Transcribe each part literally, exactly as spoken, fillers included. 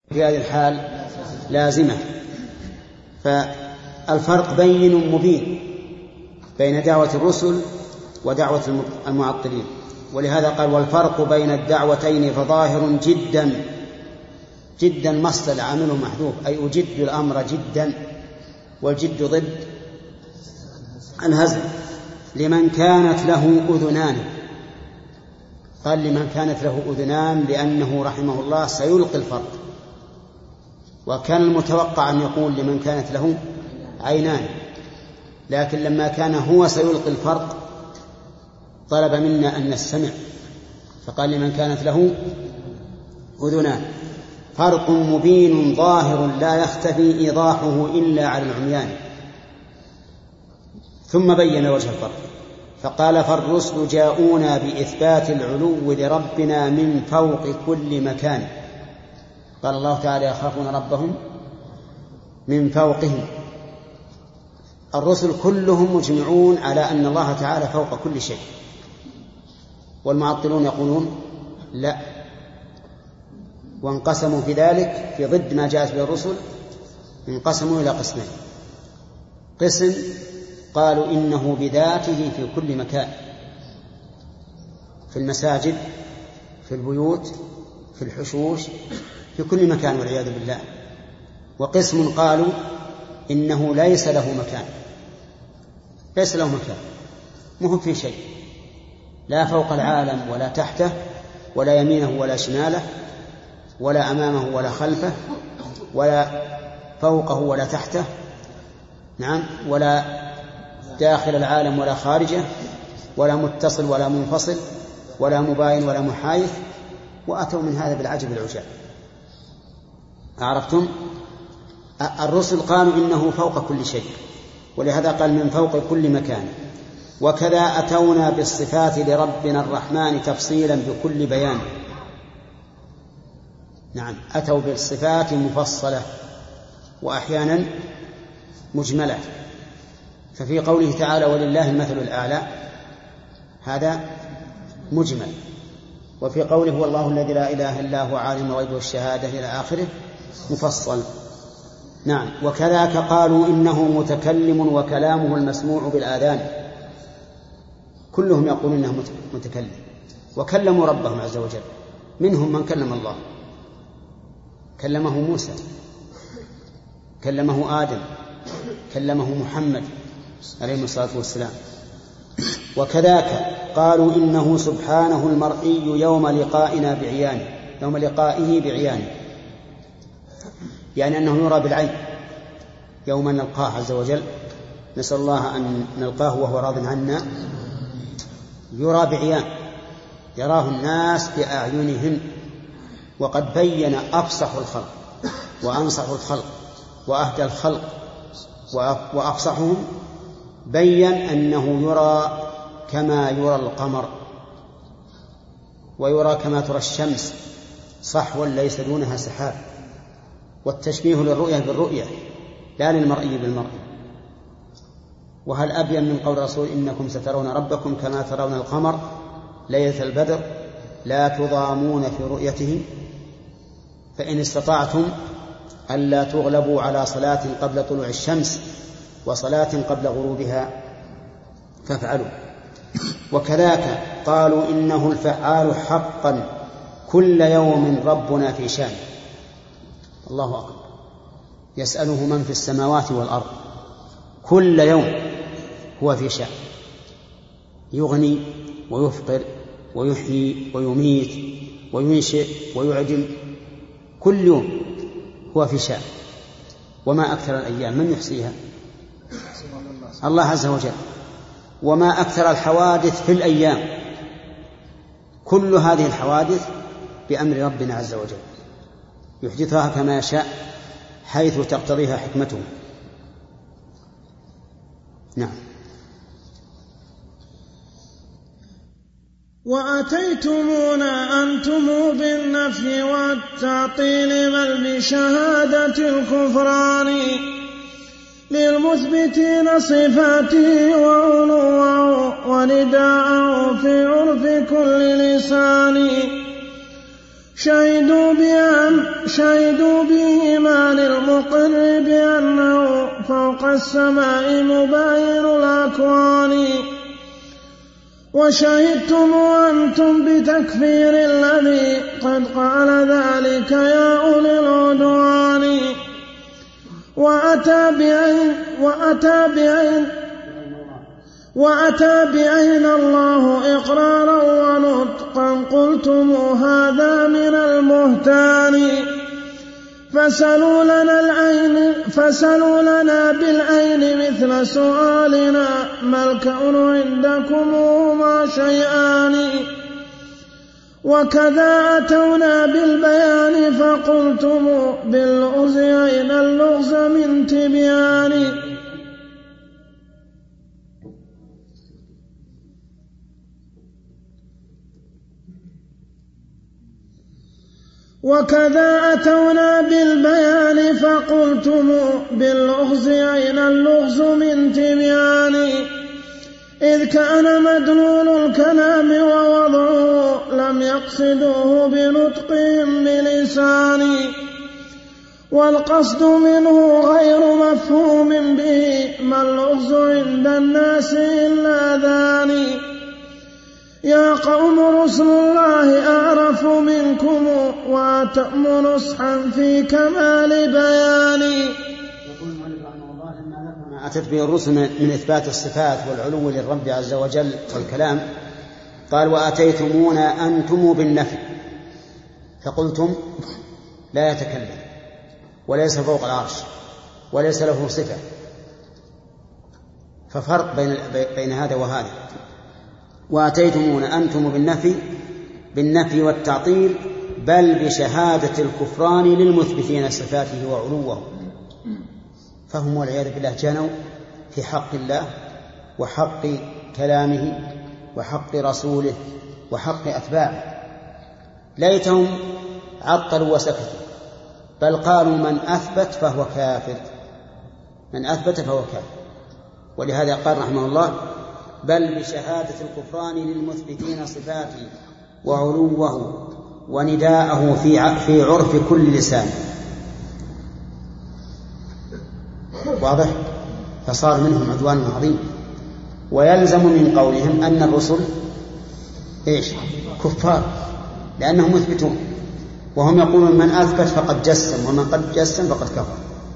في هذه الحال لازمة. فالفرق بين مبين بين دعوة الرسل ودعوة المعطلين، ولهذا قال والفرق بين الدعوتين فظاهر جدا. جدا مصدر عامله محذوف، أي أجد الأمر جدا، والجد ضد الهزل. لمن كانت له أذنان، قال لمن كانت له أذنان لأنه رحمه الله سيلقي الفرق، وكان المتوقع أن يقول لمن كانت له عينان، لكن لما كان هو سيلقي الفرق طلب منا أن نستمع، فقال لمن كانت له أذنان. فرق مبين ظاهر لا يختفي إيضاحه إلا على العميان. ثم بين وجه الفرق فقال فالرسل جاءونا بإثبات العلو لربنا من فوق كل مكان. قال الله تعالى يخافون ربهم من فوقهم. الرسل كلهم مجمعون على أن الله تعالى فوق كل شيء، والمعطلون يقولون لا، وانقسموا في ذلك في ضد ما جاءت به الرسل، انقسموا إلى قسمين. قسم قالوا إنه بذاته في كل مكان، في المساجد، في البيوت، في الحشوش، في كل مكان والعياذ بالله. وقسم قالوا إنه ليس له مكان، ليس له مكان، مهم في شيء، لا فوق العالم ولا تحته ولا يمينه ولا شماله ولا أمامه ولا خلفه ولا فوقه ولا تحته، نعم، ولا داخل العالم ولا خارجه، ولا متصل ولا منفصل ولا مباين ولا محايث. وأتوا من هذا بالعجب العجاب. أعرفتم؟ الرسل قالوا إنه فوق كل شيء، ولهذا قال من فوق كل مكان. وكذا أتونا بالصفات لربنا الرحمن تفصيلا بكل بيان. نعم، أتوا بالصفات مفصلة وأحيانا مجملة. ففي قوله تعالى ولله المثل الأعلى هذا مجمل، وفي قوله هو الله الذي لا إله إلا هو عالم الغيب والشهادة إلى آخره مفصل. نعم. وكذاك قالوا إنه متكلم وكلامه المسموع بالآذان. كلهم يقولون إنه متكلم، وكلموا ربهم عز وجل. منهم من كلم الله، كلمه موسى، كلمه آدم، كلمه محمد عليه الصلاة والسلام. وكذاك قالوا إنه سبحانه المرئي يوم لقائنا بعيانه، يوم لقائه بعيانه، يعني أنه يرى بالعين يوم نلقاه عز وجل، نسأل الله أن نلقاه وهو راض عنا، يرى بعيان، يراه الناس بأعينهم. وقد بين أفصح الخلق وأنصح الخلق وأهدى الخلق وأفصحهم، بين أنه يرى كما يرى القمر، ويرى كما ترى الشمس صحوا ليس دونها سحاب. والتشبيه للرؤية بالرؤية لا للمرئي بالمرئي. وهل أبين من قول الرسول إنكم سترون ربكم كما ترون القمر ليلة البدر لا تضامون في رؤيته، فإن استطعتم ألا تغلبوا على صلاة قبل طلوع الشمس وصلاة قبل غروبها فافعلوا. وكذاك قالوا إنه الفعال حقا كل يوم ربنا في شان. الله أكبر، يسأله من في السماوات والأرض كل يوم هو في شان، يغني ويفقر ويحيي ويميت وينشئ ويعدم، كل يوم هو في شان. وما أكثر الأيام، من يحصيها؟ الله عز وجل. وما أكثر الحوادث في الأيام، كل هذه الحوادث بأمر ربنا عز وجل، يحدثها كما يشاء حيث تقتضيها حكمته. نعم. وأتيتمونا أنتم بالنفي والتعطيل بل بشهادة الكفران للمثبتين صفاته وعلوه ونداءه في عرف كل لسان. شهدوا بأن شهدوا بإيمان المقر بأنه فوق السماء مباين الأكوان، وشهدتم أنتم بتكفير الذي قد قال ذلك يا أولي العدوان، وأتى بعين وأتى بعين وأتى بعين الله إقرارا ونطقا قلتم هذا من المهتان، فسلوا لنا العين فسلوا لنا بالعين مثل سؤالنا ما الكون عندكم هما شيئان، وكذا أتونا بالبيان فقلتم باللغز أين اللغز من تبيان، وكذا أتونا بالبيان فقلتم باللغز أين اللغز من تبيان، إذ كان مدلول الكلام ووضعه لم يقصدوه بنطقهم بلسان، والقصد منه غير مفهوم به ما اللغز عند الناس إلا ذان، يا قوم رسل الله أعرف منكم وأتم نصحا في كمال بياني. يقول المؤلف رحمه الله لما ذكر ما أتت به الرسل من إثبات الصفات والعلو للرب عز وجل والكلام، قال وآتيتمونا أنتم بالنفي، فقلتم لا يتكلم وليس فوق العرش وليس له صفة، ففرق بين بين هذا وهذا. وآتيتمونا أنتم بالنفي بالنفي والتعطيل، بل بشهادة الكفران للمثبتين صفاته وعلوه، فهم والعياذ بالله جنوا في حق الله وحق كلامه وحق رسوله وحق أتباعه، ليتهم عطلوا وسكتوا، بل قالوا من أثبت فهو كافر، من أثبت فهو كافر. ولهذا قال رحمه الله بل بشهادة الكفران للمثبتين صفاته وعلوه ونداءه في في عرف كل لسان. واضح؟ فصار منهم عدوان عظيم. ويلزم من قولهم أن الرسل إيش؟ كفار، لأنهم مثبتون، وهم يقولون من أثبت فقد جسم ومن قد جسم فقد كفر.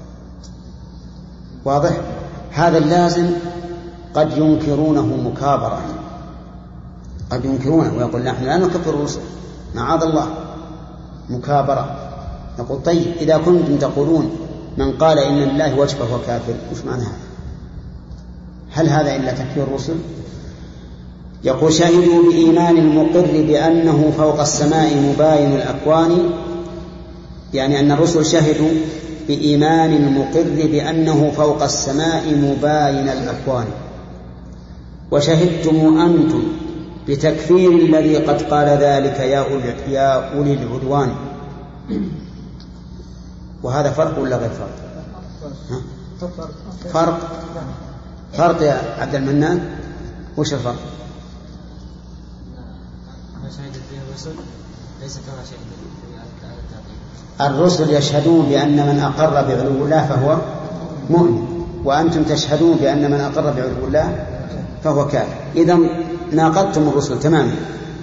واضح؟ هذا اللازم قد ينكرونه مكابرة، قد ينكرونه ويقول نحن لا نكفر الرسل معاذ الله، مكابرة. نقول طيب إذا كنتم تقولون من قال إن الله وجه فهو كافر، وش معنى هذا؟ هل هذا إلا تكفير الرسل؟ يقول شهدوا بإيمان المقر بأنه فوق السماء مباين الأكوان، يعني أن الرسل شهدوا بإيمان المقر بأنه فوق السماء مباين الأكوان. وشهدتم أنتم بتكفير الذي قد قال ذلك يا أولي العدوان. وهذا فرق ولا غير فرق؟ فرق فرق يا عبد المنان. وش الفرق؟ الرسل يشهدون بأن من أقر بعلو الله فهو مؤمن، وأنتم تشهدون بأن من أقر بعلو الله فهو كافر. إذن ناقضتم الرسل تماما.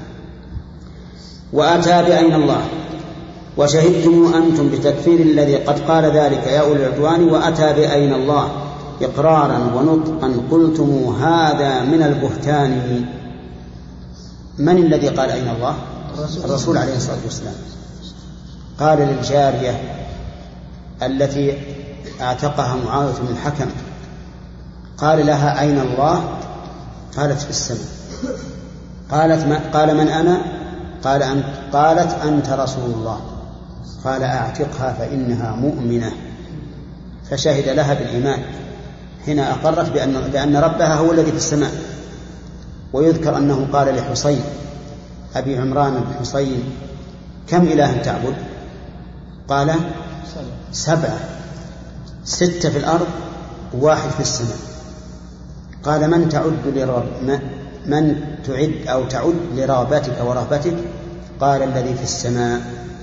وأتى بأين الله، وشهدتم أنتم بتكفير الذي قد قال ذلك يا أولي العدوان، وأتى بأين الله إقرارا ونطقا قلتم هذا من البهتان. من الذي قال أين الله؟ الرسول عليه الصلاة والسلام. قال للجارية التي اعتقها معاوية بن الحكم، قال لها أين الله؟ قالت في السماء. قالت ما قال من أنا؟ قال أنت. قالت أنت رسول الله. قال أعتقها فإنها مؤمنة، فشهد لها بالإيمان. هنا أقرت بأن, بأن ربها هو الذي في السماء. ويذكر أنه قال لحصين أبي عمران بن حصين كم إله تعبد؟ قال سبعة، ستة في الأرض وواحد في السماء. قال من تعد لرب من تعد أو تعد لرغبتك ورهبتك؟ قال الذي في السماء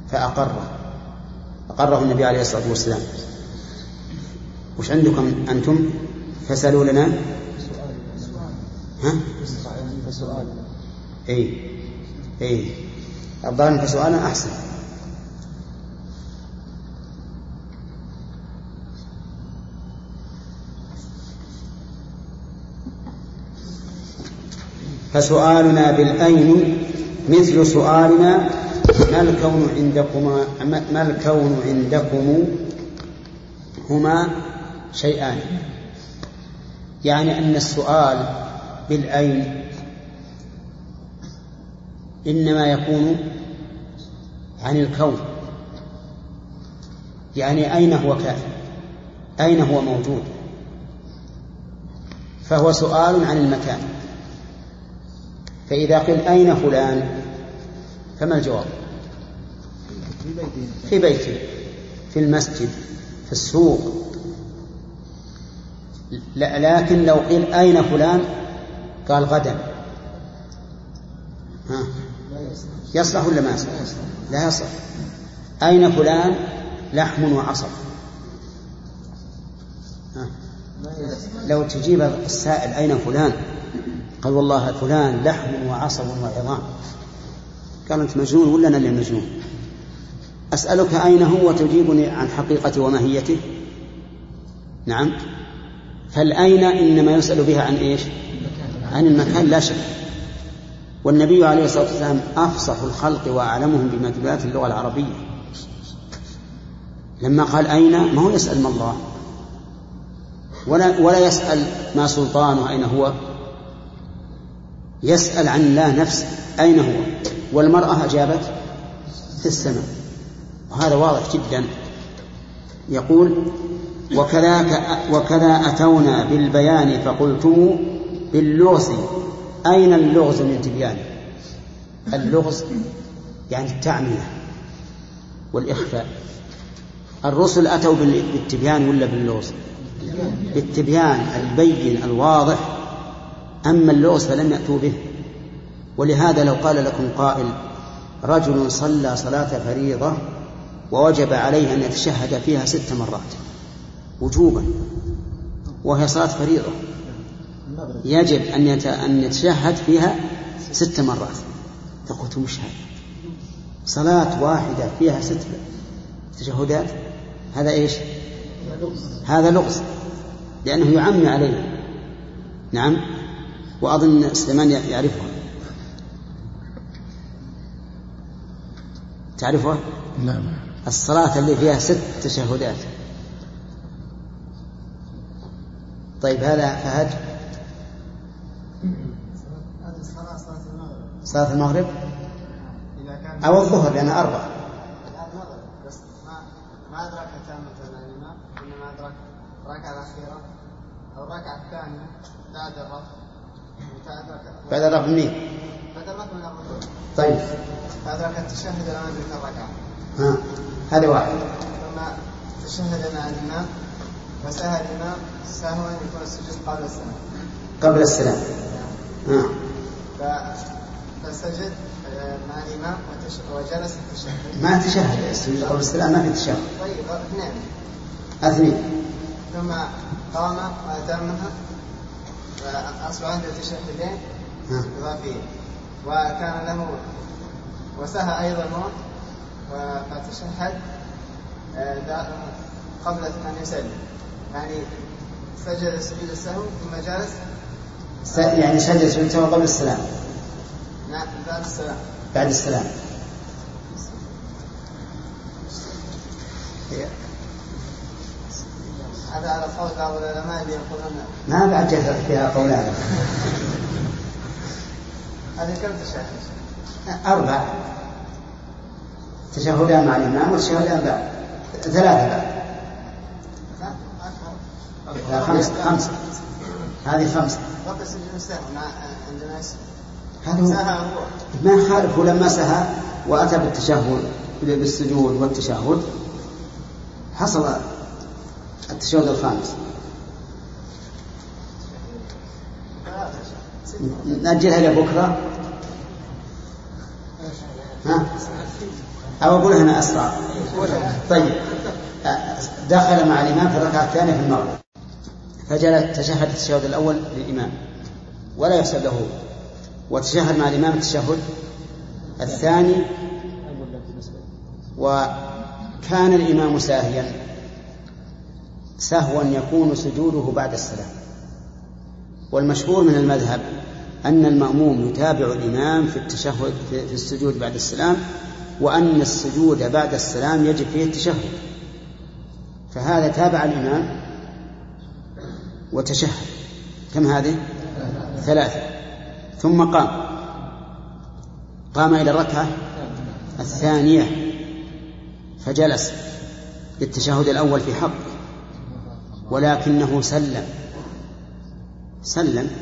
فأقره أقره النبي عليه الصلاة والسلام. وش عندكم أنتم؟ فسألوا لنا ها؟ أي أي الظاهر فسؤالنا أحسن. فسؤالنا بالأين مثل سؤالنا ما الكون عندكما ما الكون عندكم هما شيئان. يعني أن السؤال بالأين إنما يكون عن الكون، يعني أين هو كائن، أين هو موجود، فهو سؤال عن المكان. فإذا قيل أين فلان فما الجواب؟ في بيته، في المسجد، في السوق. لكن لو قيل أين فلان قال غدا، ها يصلح ولا ما يصلح؟ لا يصلح. أين فلان لحم وعصب، ها لو تجيب السائل أين فلان قال والله فلان لحم وعصب وعظام، قال أنت مجنون ولا أنا اللي مجنون؟ أسألك أين هو وتجيبني عن حقيقته وماهيته؟ نعم. فالأين إنما يسأل بها عن إيش؟ عن المكان لا شك. والنبي عليه الصلاة والسلام أفصح الخلق وأعلمهم بمدلولات اللغة العربية. لما قال أين ما هو يسأل ما الله، ولا, ولا يسأل ما سلطانه أين هو، يسأل عن الله نفسه أين هو. والمرأة أجابت في السماء، وهذا واضح جدا. يقول وكذا, وكذا أتونا بالبيان فقلتم باللغز أين اللغز من تبيان. اللغز يعني التعمية والإخفاء. الرسل أتوا بالتبيان ولا باللغز؟ بالتبيان البين الواضح، أما اللغز فلم يأتوا به. ولهذا لو قال لكم قائل رجل صلى صلاة فريضة ووجب عليه أن يتشهد فيها ست مرات وجوبا، وهي صلاة فريضة يجب أن يتشهد فيها ست مرات، فقلت مش هذا صلاة واحدة فيها ست تشهدات، هذا إيش؟ هذا لغز، لأنه يعمي عليه. نعم. وأظن سليمان يعرفها. تعرفها؟ نعم. الصلاة اللي فيها ست تشهدات. طيب هذا فهد صلاة المغرب أو الظهر لأن أربع ما أدرك تامة الإمام، إنما أدرك الركعة الأخيرة أو الركعة الثانية بعد الرفع. بعد الرفع منين؟ بعد الرفع من الركوع. طيب فأدرك التشهد لما أدرك الركعة. ها هذا واحد. ثم تشهد مع الإمام وسهى الإمام سهوا يكون السجود قبل السلام. قبل السلام. ها. فسجد مع الإمام وجلس التشهد. ما تشهد السجود قبل السلام، ما في تشهد. طيب اثنين. اثنين. ثم قام وأتمها وأصبح عنده تشهدين إضافيين، وكان له وسهى أيضا موت فتشهد قبل أن يسلم، يعني سجد سجود السهو ثم جلس س... يعني سجد سجود السهو قبل السلام. نعم بعد السلام. بعد السلام. هذا على قول بعض العلماء اللي يقولون ما بعد جاء فيها قولان. هذه كم تشهد؟ أربع تشهدان مع الإمام وتشهدان بعد ثلاثة بعد. لا خمسة خمسة هذه خمسة. قبل سجود السهو عندنا هذا ما خالف. لما سهى وأتى بالتشهد بالسجود والتشهد حصل التشهد الخامس. نأجلها إلى بكرة. ها أو أقول أنا أسرع. طيب دخل مع الإمام في الركعة الثانية في المغرب فجلس تشهد التشهد الأول للإمام ولا يحسب له، وتشهد مع الإمام التشهد الثاني، وكان الإمام ساهيا سهوا يكون سجوده بعد السلام. والمشهور من المذهب أن المأموم يتابع الإمام في التشهد في السجود بعد السلام، وأن السجود بعد السلام يجب فيه التشهد، فهذا تابع الإمام وتشهد. كم هذه؟ ثلاثة. ثم قام قام إلى الركعة الثانية فجلس للتشهد الأول في حق، ولكنه سلم سلم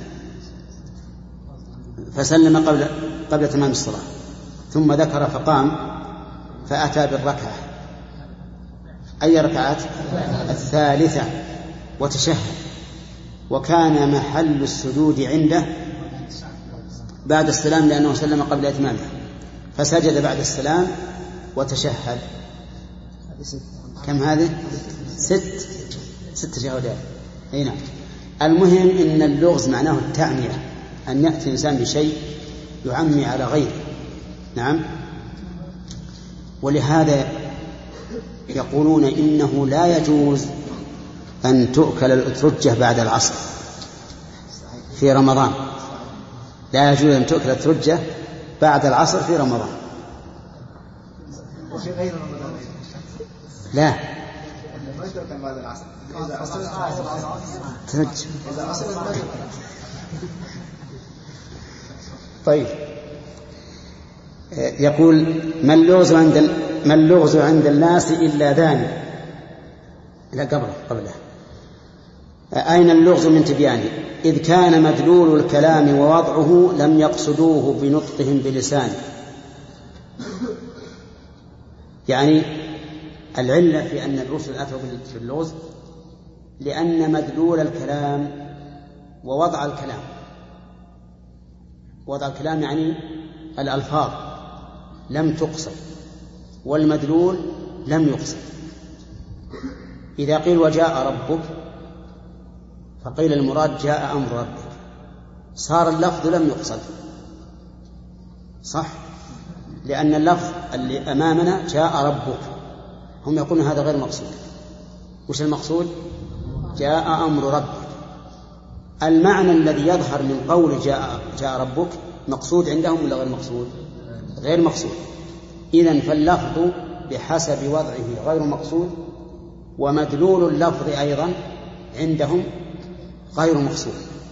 فسلم قبل قبل تمام الصلاة، ثم ذكر فقام فأتى بالركعة أي ركعات؟ الثالثة وتشهد، وكان محل السجود عنده بعد السلام لأنه سلم قبل إتمامه، فسجد بعد السلام وتشهد. كم هذه؟ ست ست تشهدات. أي نعم. المهم إن اللغز معناه التعمية، أن يأتي الإنسان بشيء يعمي على غيره. نعم. ولهذا يقولون إنه لا يجوز أن تؤكل الأترجة بعد العصر في رمضان، لا يجوز أن تؤكل الأترجة بعد العصر في رمضان. وفي غير رمضان لا ما تؤكل بعد العصر. إذا أصل ترجة. إذا أصل ما تؤكل. طيب يقول ما اللغز عند ما اللغز عند الناس إلا داني. لا قبله قبله أين اللغز من تبيانه؟ إذ كان مدلول الكلام ووضعه لم يقصدوه بنطقهم بلسانه. يعني العلة في أن الرسل أتوا في اللغز لأن مدلول الكلام ووضع الكلام، وضع الكلام يعني الألفاظ لم تقصد، والمدلول لم يقصد. إذا قيل وجاء ربك فقيل المراد جاء أمر ربك، صار اللفظ لم يقصد، صح؟ لأن اللفظ اللي أمامنا جاء ربك، هم يقولون هذا غير مقصود. وش المقصود؟ جاء أمر ربك. المعنى الذي يظهر من قول جاء, جاء ربك مقصود عندهم ولا غير مقصود؟ غير مقصود. إذن فاللفظ بحسب وضعه غير مقصود، ومدلول اللفظ أيضا عندهم غير مقصود.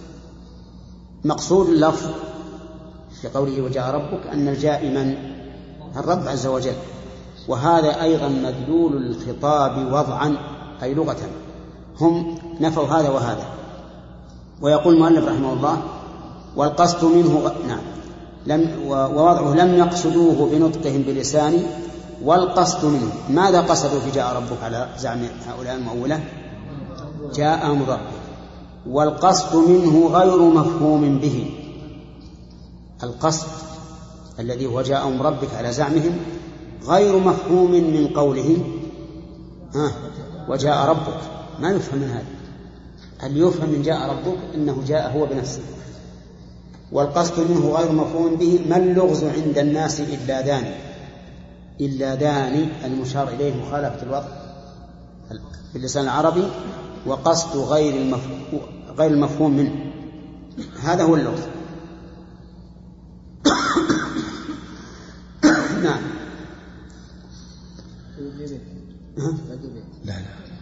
مقصود اللفظ في قوله وجاء ربك أن الجاء من؟ الرب عز وجل، وهذا أيضا مدلول الخطاب وضعا أي لغة. هم نفوا هذا وهذا. ويقول المؤلف رحمه الله والقصد منه نعم لم ووضعه لم يقصدوه بنطقهم بلسان، والقصد منه ماذا قصدوا في جاء ربك على زعم هؤلاء المؤولة؟ جاء أمر ربك. والقصد منه غير مفهوم به. القصد الذي هو جاء أمر ربك على زعمهم غير مفهوم من قوله ها وجاء ربك، ما يفهم من هذا. اللي يفهم من جاء ربك إنه جاء هو بنفسه. والقصد منه غير مفهوم به. ما اللغز عند الناس إلا داني. إلا داني المشار إليه مخالفة الوضع في اللسان العربي، وقصد غير المفهوم, غير المفهوم منه، هذا هو اللغز. نعم. لا لا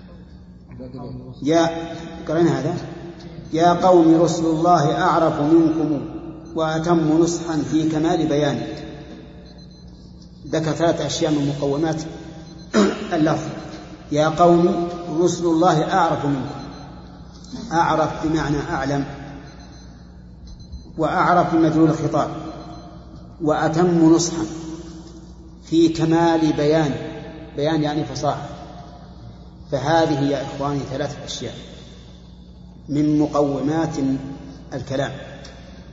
يا قرأنا هذا يا قوم رسل الله أعرف منكم وأتم نصحا في كمال بيانه. ذكر ثلاث أشياء من مقومات اللفظ. يا قوم رسل الله أعرف منكم. أعرف بمعنى أعلم، وأعرف بمدلول الخطاب، وأتم نصحا في كمال بيان. بيان يعني فصاحة. فهذه يا إخواني ثلاث أشياء من مقومات الكلام: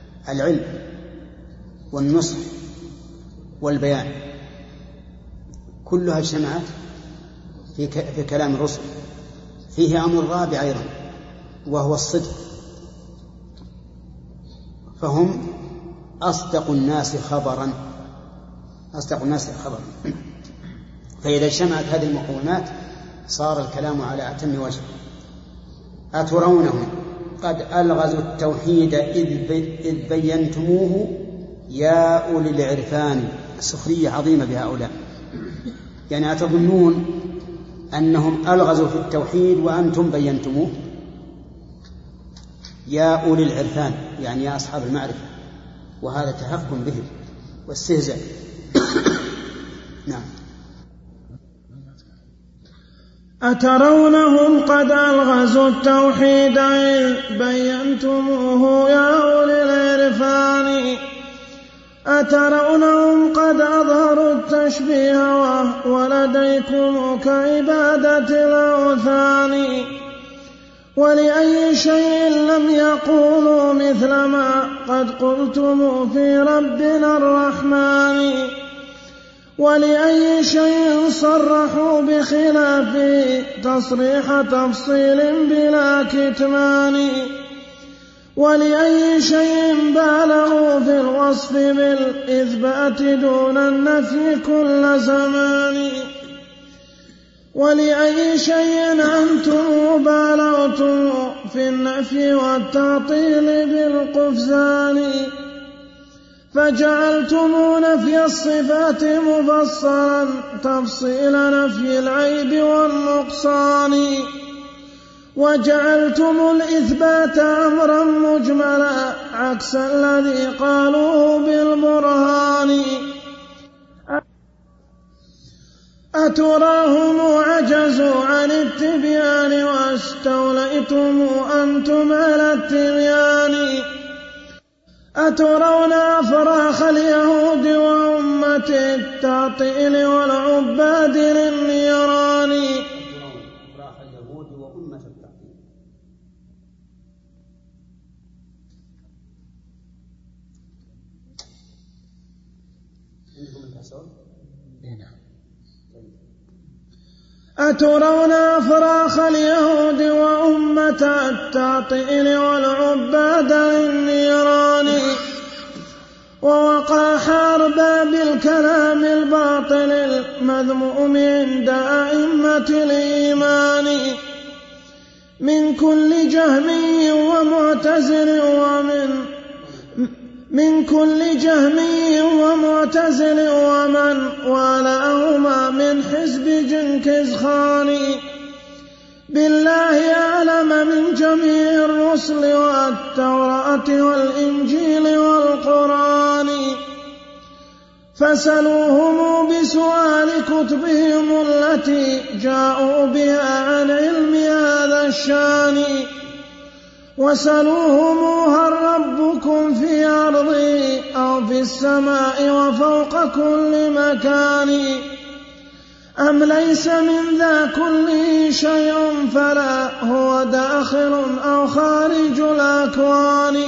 العلم والنصح والبيان. كلها اجتمعت في, في كلام الرسل. فيه أمر رابع أيضا وهو الصدق، فهم أصدق الناس خبرا أصدق الناس خبرا فإذا اجتمعت هذه المقومات صار الكلام على أتم وجه. أترونهم قد ألغزوا التوحيد إذ بينتموه يا أولي العرفان. سخرية عظيمة بهؤلاء، يعني أتظنون أنهم ألغزوا في التوحيد وأنتم بينتموه؟ يا أولي العرفان يعني يا أصحاب المعرفة، وهذا تهكم بهم واستهزاء. نعم. أترونهم قد ألغزوا التوحيد إذ بينتموه يا أولي العرفان. أترونهم قد أظهروا التشبيه ولديكم كعبادة الأوثان. ولأي شيء لم يقولوا مثل ما قد قلتم في ربنا الرحمن. ولأي شيء صرحوا بخلافه تصريح تفصيل بلا كتمان. ولأي شيء بالغوا في الوصف بالإثبات دون النفي كل زمان. ولأي شيء أنتم بالغتم في النفي والتعطيل بالقفزان. فجعلتم نفي الصفات مفصلا تفصيل نفي العيب والنقصان. وجعلتم الإثبات أمرا مجملا عكس الذي قالوه بالبرهان. أتراهم عجزوا عن التبيان واستوليتم أنتم على التبيان. أترون أفراخ اليهود وأمة التعطيل والعباد للنيران. أفراخ اليهود وأمة التعطيل. عندكم الكسر؟ نعم. أترون أفراخ اليهود وأمة التعطيل والعباد للنيران. ووقع أرباب الكلام الباطل المذموم عند أئمة الإيمان من كل جهمي ومعتزل ومن من كل جهمي ومعتزل ومن والاهما من حزب جنكز خان. بالله أعلم من جميع الرسل والتوراة والإنجيل والقرآن. فسلوهم بسؤال كتبهم التي جاءوا بها عن علم هذا الشان. وسلوهم هل ربكم في أرضه أو في السماء وفوق كل مكان أم ليس من ذا كله شيء فلا هو داخل أو خارج الأكوان.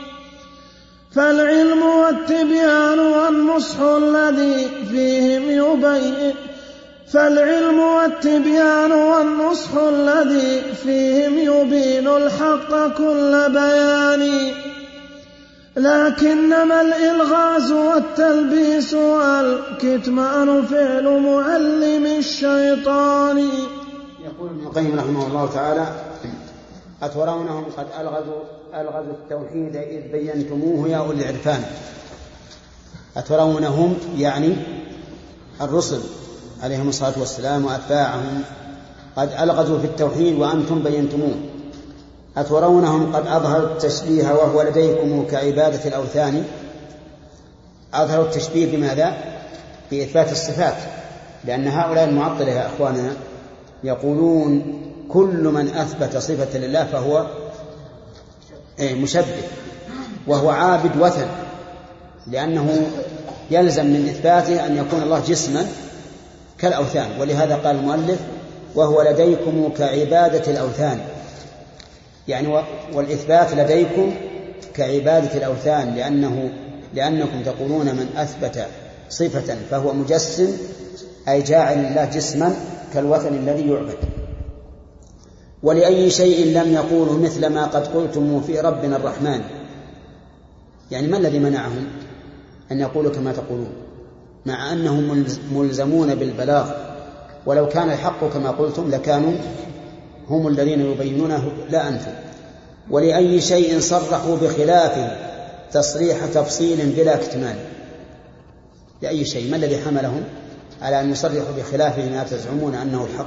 فالعلم والتبيان والنصح الذي فيهم يبين فالعلم والتبيان والنصح الذي فيهم يبين الحق كل بيان. لكنما الإلغاز والتلبيس والكتمان فعل معلم الشيطان. يقول ابن القيم رحمه الله تعالى: أترونهم قد ألغزوا, ألغزوا التوحيد إذ بينتموه يا أولي العرفان. أترونهم يعني الرسل عليهم الصلاة والسلام وأتباعهم قد ألغزوا في التوحيد وأنتم بينتموه. أترونهم قد أظهروا التشبيه وهو لديكم كعبادة الأوثان. أظهروا التشبيه بماذا؟ بإثبات الصفات، لأن هؤلاء المعطلة يا أخواننا يقولون كل من أثبت صفة لله فهو مشبه وهو عابد وثن، لأنه يلزم من إثباته أن يكون الله جسما كالأوثان. ولهذا قال المؤلف: وهو لديكم كعبادة الأوثان، يعني والإثبات لديكم كعبادة الأوثان، لأنه لأنكم تقولون من أثبت صفة فهو مجسم أي جاعل الله جسما كالوثن الذي يعبد. ولأي شيء لم يقولوا مثل ما قد قلتم في ربنا الرحمن، يعني ما الذي منعهم أن يقولوا كما تقولون مع أنهم ملزمون بالبلاغ؟ ولو كان الحق كما قلتم لكانوا هم الذين يبينونه لا أنتم. ولأي شيء صرحوا بخلافه تصريح تفصيل بلا كتمان. لأي شيء، ما الذي حملهم على أن يصرحوا بخلافه ما تزعمون أنه الحق؟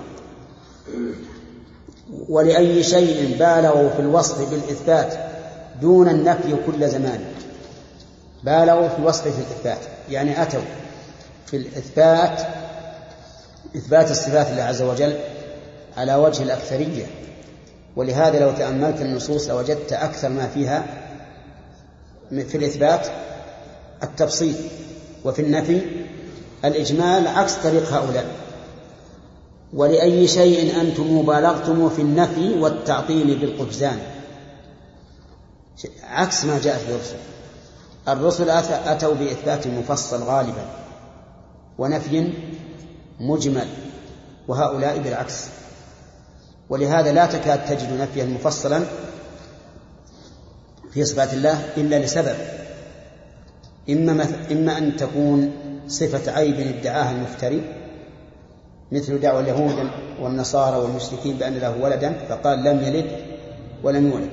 ولأي شيء بالغوا في الوصف بالإثبات دون النفي كل زمان. بالغوا في الوصف في الإثبات، يعني أتوا في الإثبات إثبات الصفات لله عز وجل على وجه الأكثرية. ولهذا لو تأملت النصوص لوجدت أكثر ما فيها في الإثبات التفصيل، وفي النفي الإجمال، عكس طريق هؤلاء. ولأي شيء أنتم بالغتم في النفي والتعطيل بالقفزان، عكس ما جاء في الرسل. الرسل أتوا بإثبات مفصل غالبا ونفي مجمل، وهؤلاء بالعكس. ولهذا لا تكاد تجد نفيا مفصلا في صفات الله إلا لسبب: إما, إما أن تكون صفة عيب ادعاها المفتري، مثل دعوى اليهود والنصارى والمشركين بأن له ولدا فقال لم يلد ولم يولد،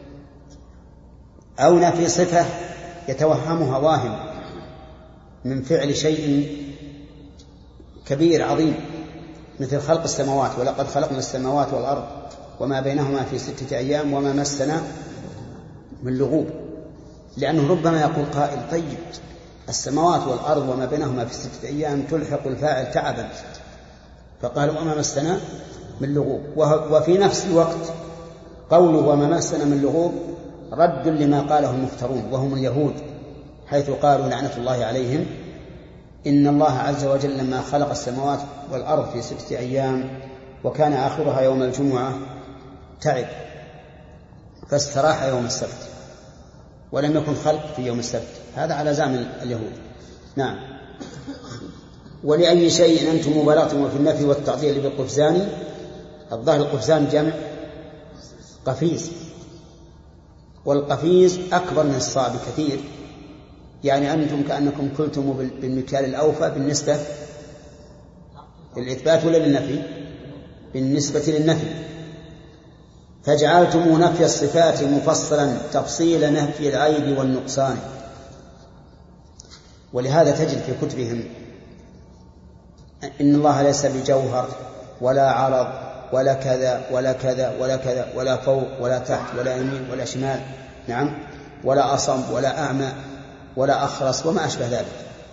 أو نفي صفة يتوهمها واهم من فعل شيء كبير عظيم مثل خلق السماوات، ولقد خلقنا السماوات والأرض وما بينهما في ستة أيام وما مسنا من لغوب. لأنه ربما يقول قائل: طيب السماوات والأرض وما بينهما في ستة أيام تلحق الفاعل تعبا، فقال وما مسنا من لغوب. وفي نفس الوقت قوله وما مسنا من لغوب رد لما قاله المفترون وهم اليهود، حيث قالوا لعنة الله عليهم إن الله عز وجل لما خلق السماوات والأرض في ستة أيام وكان آخرها يوم الجمعة تعب فاستراح يوم السبت، ولم يكن خلق في يوم السبت. هذا على زعم اليهود. نعم. ولأي شيء أنتم مبالغتم في النفي والتعطيل بالقفزان. الظاهر القفزان جمع قفيز، والقفيز أكبر من الصاع بكثير، يعني أنتم كأنكم كلتم بالمكيال الأوفى بالنسبة للإثبات ولا للنفي؟ بالنسبة للنفي. فجعلتم نفي الصفات مفصلا تفصيل نفي العيب والنقصان. ولهذا تجد في كتبهم إن الله ليس بجوهر ولا عرض ولا كذا ولا كذا ولا كذا ولا فوق ولا تحت ولا يمين ولا شمال، نعم، ولا أصم ولا أعمى ولا أخرس وما أشبه ذلك.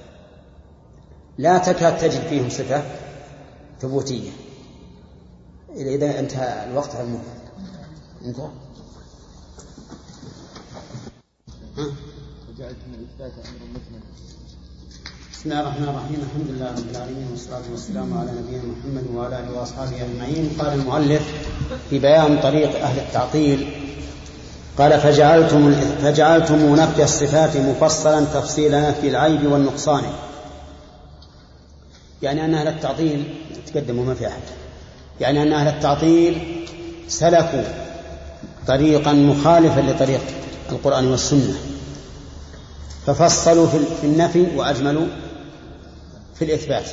لا تكاد تجد فيهم صفة ثبوتية. إذا انتهى الوقت على الموت انتهى. بسم الله الرحمن الرحيم. الحمد لله رب العالمين، والصلاة والسلام على نبينا محمد وعلى آله وأصحابه أجمعين. قال المؤلف في بيان طريق أهل التعطيل قال: فجعلتم, فجعلتم نفي الصفات مفصلا تفصيل نفي العيب والنقصان. يعني أن أهل التعطيل تقدموا ما في أحد، يعني أن أهل التعطيل سلكوا طريقا مخالفا لطريق القرآن والسنة، ففصلوا في النفي وأجملوا في الإثبات.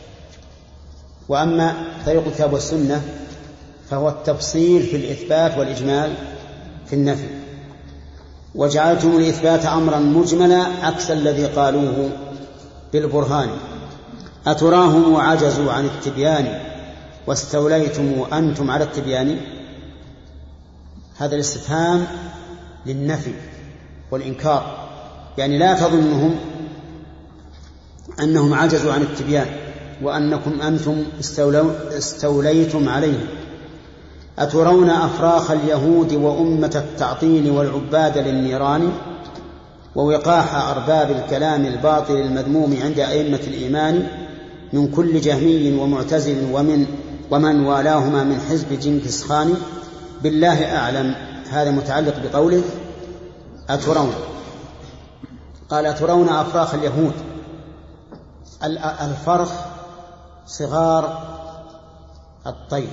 وأما طريق الكتاب والسنة فهو التفصيل في الإثبات والإجمال في النفي. وجعلتم الإثبات أمرا مجملا عكس الذي قالوه بالبرهان. أتراهم وعجزوا عن التبيان واستوليتم أنتم على التبيان. هذا الاستفهام للنفي والإنكار، يعني لا تظنهم أنهم عجزوا عن التبيان وأنكم أنتم استوليتم عليه. أترون أفراخ اليهود وأمة التعطيل والعباد للنيران ووقاح أرباب الكلام الباطل المذموم عند أئمة الإيمان من كل جهمي ومعتزل ومن ومن والاهما من حزب جنكس خان. بالله أعلم. هذا متعلق بقوله أترون. قال: أترون أفراخ اليهود. الفرخ صغار الطير.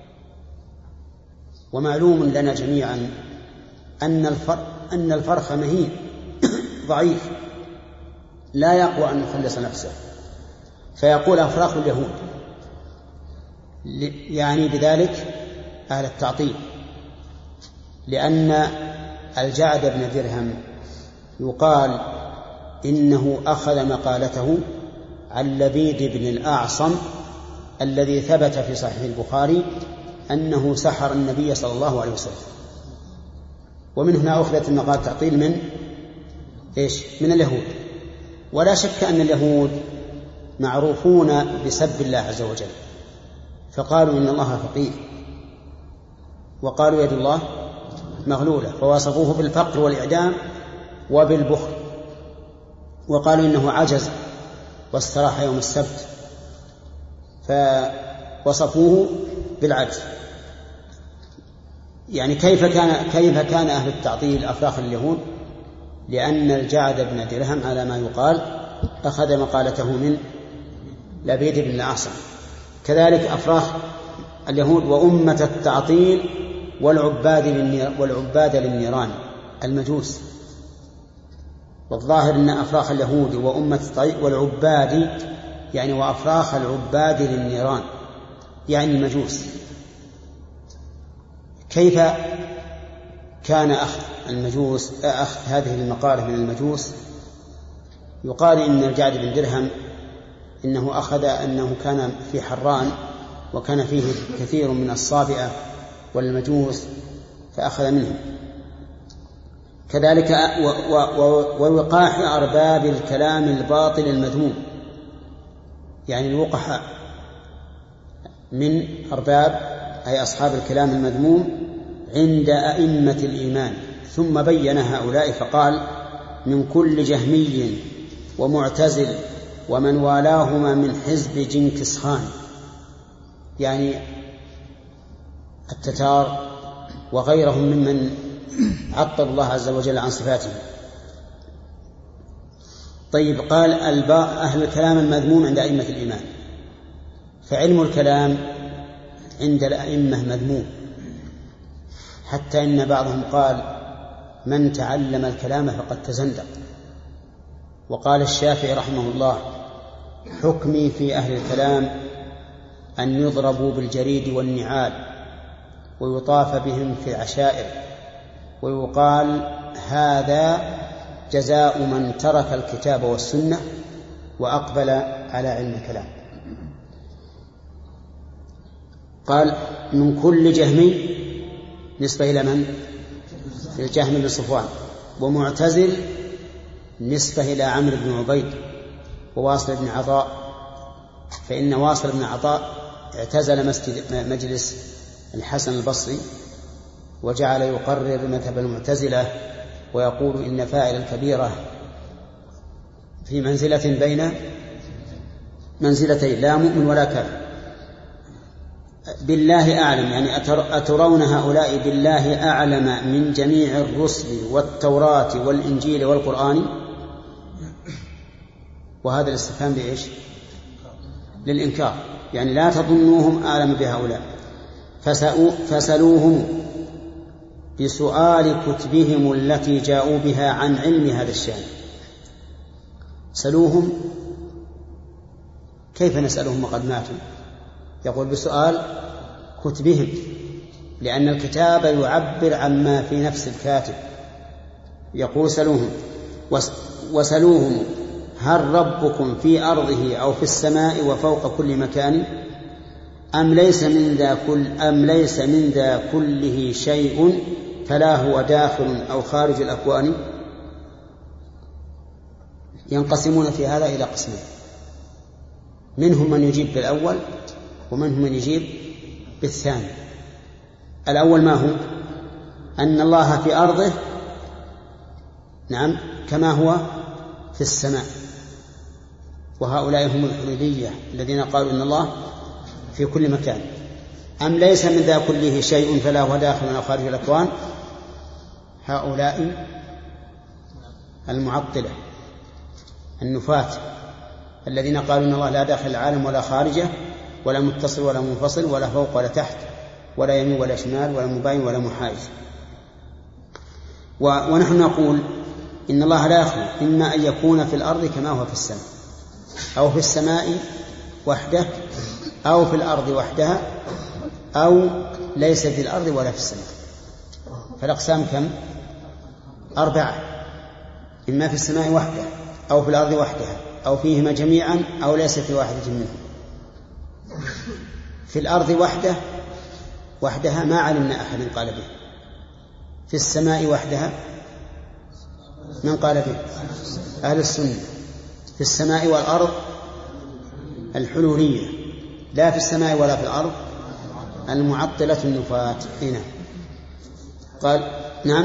ومعلوم لنا جميعا أن الفرخ, أن الفرخ مهين ضعيف لا يقوى أن يخلص نفسه، فيقول أفراخ اليهود، يعني بذلك أهل التعطيل، لأن الجعد بن درهم يقال إنه أخذ مقالته عن لبيد بن الأعصم الذي ثبت في صحيح البخاري أنه سحر النبي صلى الله عليه وسلم. ومن هنا أخذت المقالة تعطيل من إيش؟ من اليهود. ولا شك أن اليهود معروفون بسب الله عز وجل، فقالوا إن الله فقير، وقالوا يد الله مغلولة، فوصفوه بالفقر والإعدام وبالبخل، وقالوا إنه عجز واستراح يوم السبت، فوصفوه بالعجز. يعني كيف كان كيف كان أهل التعطيل أفراخ اليهود؟ لأن الجعد بن درهم على ما يقال أخذ مقالته من لبيد بن الأعصم. كذلك أفراخ اليهود وأمة التعطيل والعباد والعباد للنيران المجوس. والظاهر أن أفراخ اليهود وأمة التعطيل والعباد يعني وأفراخ العباد للنيران يعني المجوس. كيف كان أخذ المجوس أخذ هذه المقالة من المجوس؟ يقال إن الجعد بن درهم إنه أخذ أنه كان في حران وكان فيه كثير من الصابئة والمجوس فأخذ منهم. كذلك ووقاح أرباب الكلام الباطل المذموم، يعني الوقحاء من أرباب أي أصحاب الكلام المذموم عند أئمة الإيمان. ثم بين هؤلاء فقال: من كل جهمي ومعتزل ومن والاهما من حزب جنكس خان، يعني التتار وغيرهم ممن عطل الله عز وجل عن صفاته. طيب، قال أهل الكلام المذموم عند أئمة الإيمان، فعلم الكلام عند الأئمة مذموم، حتى إن بعضهم قال: من تعلم الكلام فقد تزندق. وقال الشافعي رحمه الله: حكمي في أهل الكلام أن يضربوا بالجريد والنعال ويطاف بهم في العشائر، ويقال هذا جزاء من ترك الكتاب والسنة وأقبل على علم الكلام. قال: من كل جهمي، نسبة إلى من؟ الجهم بن صفوان. ومعتزل نسبة إلى عمرو بن عبيد وواصل بن عطاء، فإن واصل بن عطاء اعتزل مسجد مجلس الحسن البصري وجعل يقرر مذهب المعتزلة ويقول إن فاعل الكبيرة في منزلة بين منزلتين، لا مؤمن ولا كافر. بالله أعلم، يعني أترون هؤلاء بالله أعلم من جميع الرسل والتوراة والإنجيل والقرآن؟ وهذا الاستفهام بإيش؟ للإنكار، يعني لا تظنوهم أعلم بهؤلاء. فسألوهم بسؤال كتبهم التي جاءوا بها عن علم هذا الشأن. سألوهم، كيف نسألهم وقد ماتوا؟ يقول بسؤال كتبهم، لأن الكتاب يعبر عما في نفس الكاتب. يقول سألوهم وسألوهم: هل ربكم في أرضه أو في السماء وفوق كل مكان أم ليس من ذا كل أم ليس من ذا كله شيء فلا هو داخل أو خارج الأكوان؟ ينقسمون في هذا إلى قسمين، منهم من يجيب بالأول ومنهم من يجيب بالثاني. الأول ما هو؟ أن الله في أرضه نعم كما هو في السماء، وهؤلاء هم الحلولية الذين قالوا إن الله في كل مكان. أم ليس من ذا كله شيء فلا هو داخل أو خارج الأكوان، هؤلاء المعطلة النفاة الذين قالوا إن الله لا داخل العالم ولا خارجه ولا متصل ولا منفصل ولا فوق ولا تحت ولا يمين ولا شمال ولا مباين ولا محايز. ونحن نقول إن الله لا يخلو إما أن يكون في الأرض كما هو في السماء، أو في السماء وحده، أو في الأرض وحدها، أو ليس في الأرض ولا في السماء. فالأقسام كم؟ أربعة: إما في السماء وحده، أو في الأرض وحدها، أو فيهما جميعا، أو ليس في واحدة منهم. في الأرض وحده وحدها ما علمنا أحد قال به. في السماء وحدها من قال به؟ أهل السنة. في السماء والأرض الحلولية، لا في السماء ولا في الأرض المعطلة النفاة. هنا قال نعم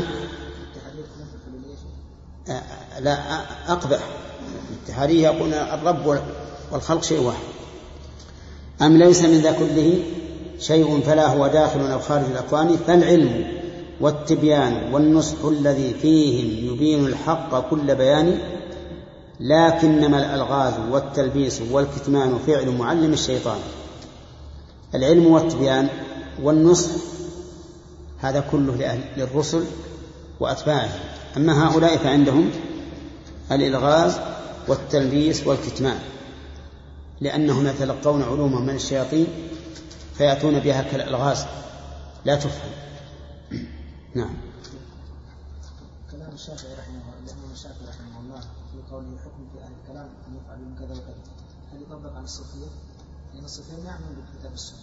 لا أقبح. الاتحادية يقول الرب والخلق شيء واحد. أم ليس من ذا كله شيء فلا هو داخل أو خارج الأكوان، فالعلم والتبيان والنصح الذي فيهم يبين الحق كل بيان، لكنما الألغاز والتلبيس والكتمان فعل معلم الشيطان. العلم والتبيان والنصح هذا كله للرسل وأتباعهم، أما هؤلاء فعندهم الإلغاز والتلبيس والكتمان، لأنهم يتلقون علوما من الشياطين فيأتون بها كالألغاز لا تفهم. نعم. كلام الشافعي رحمه الله، الإمام الشافعي رحمه الله في قوله حكم في أهل الكلام أن يفعلون كذا وكذا، هل يطبق على الصوفية؟ لأن الصوفية ما يعملون بالكتاب السنة.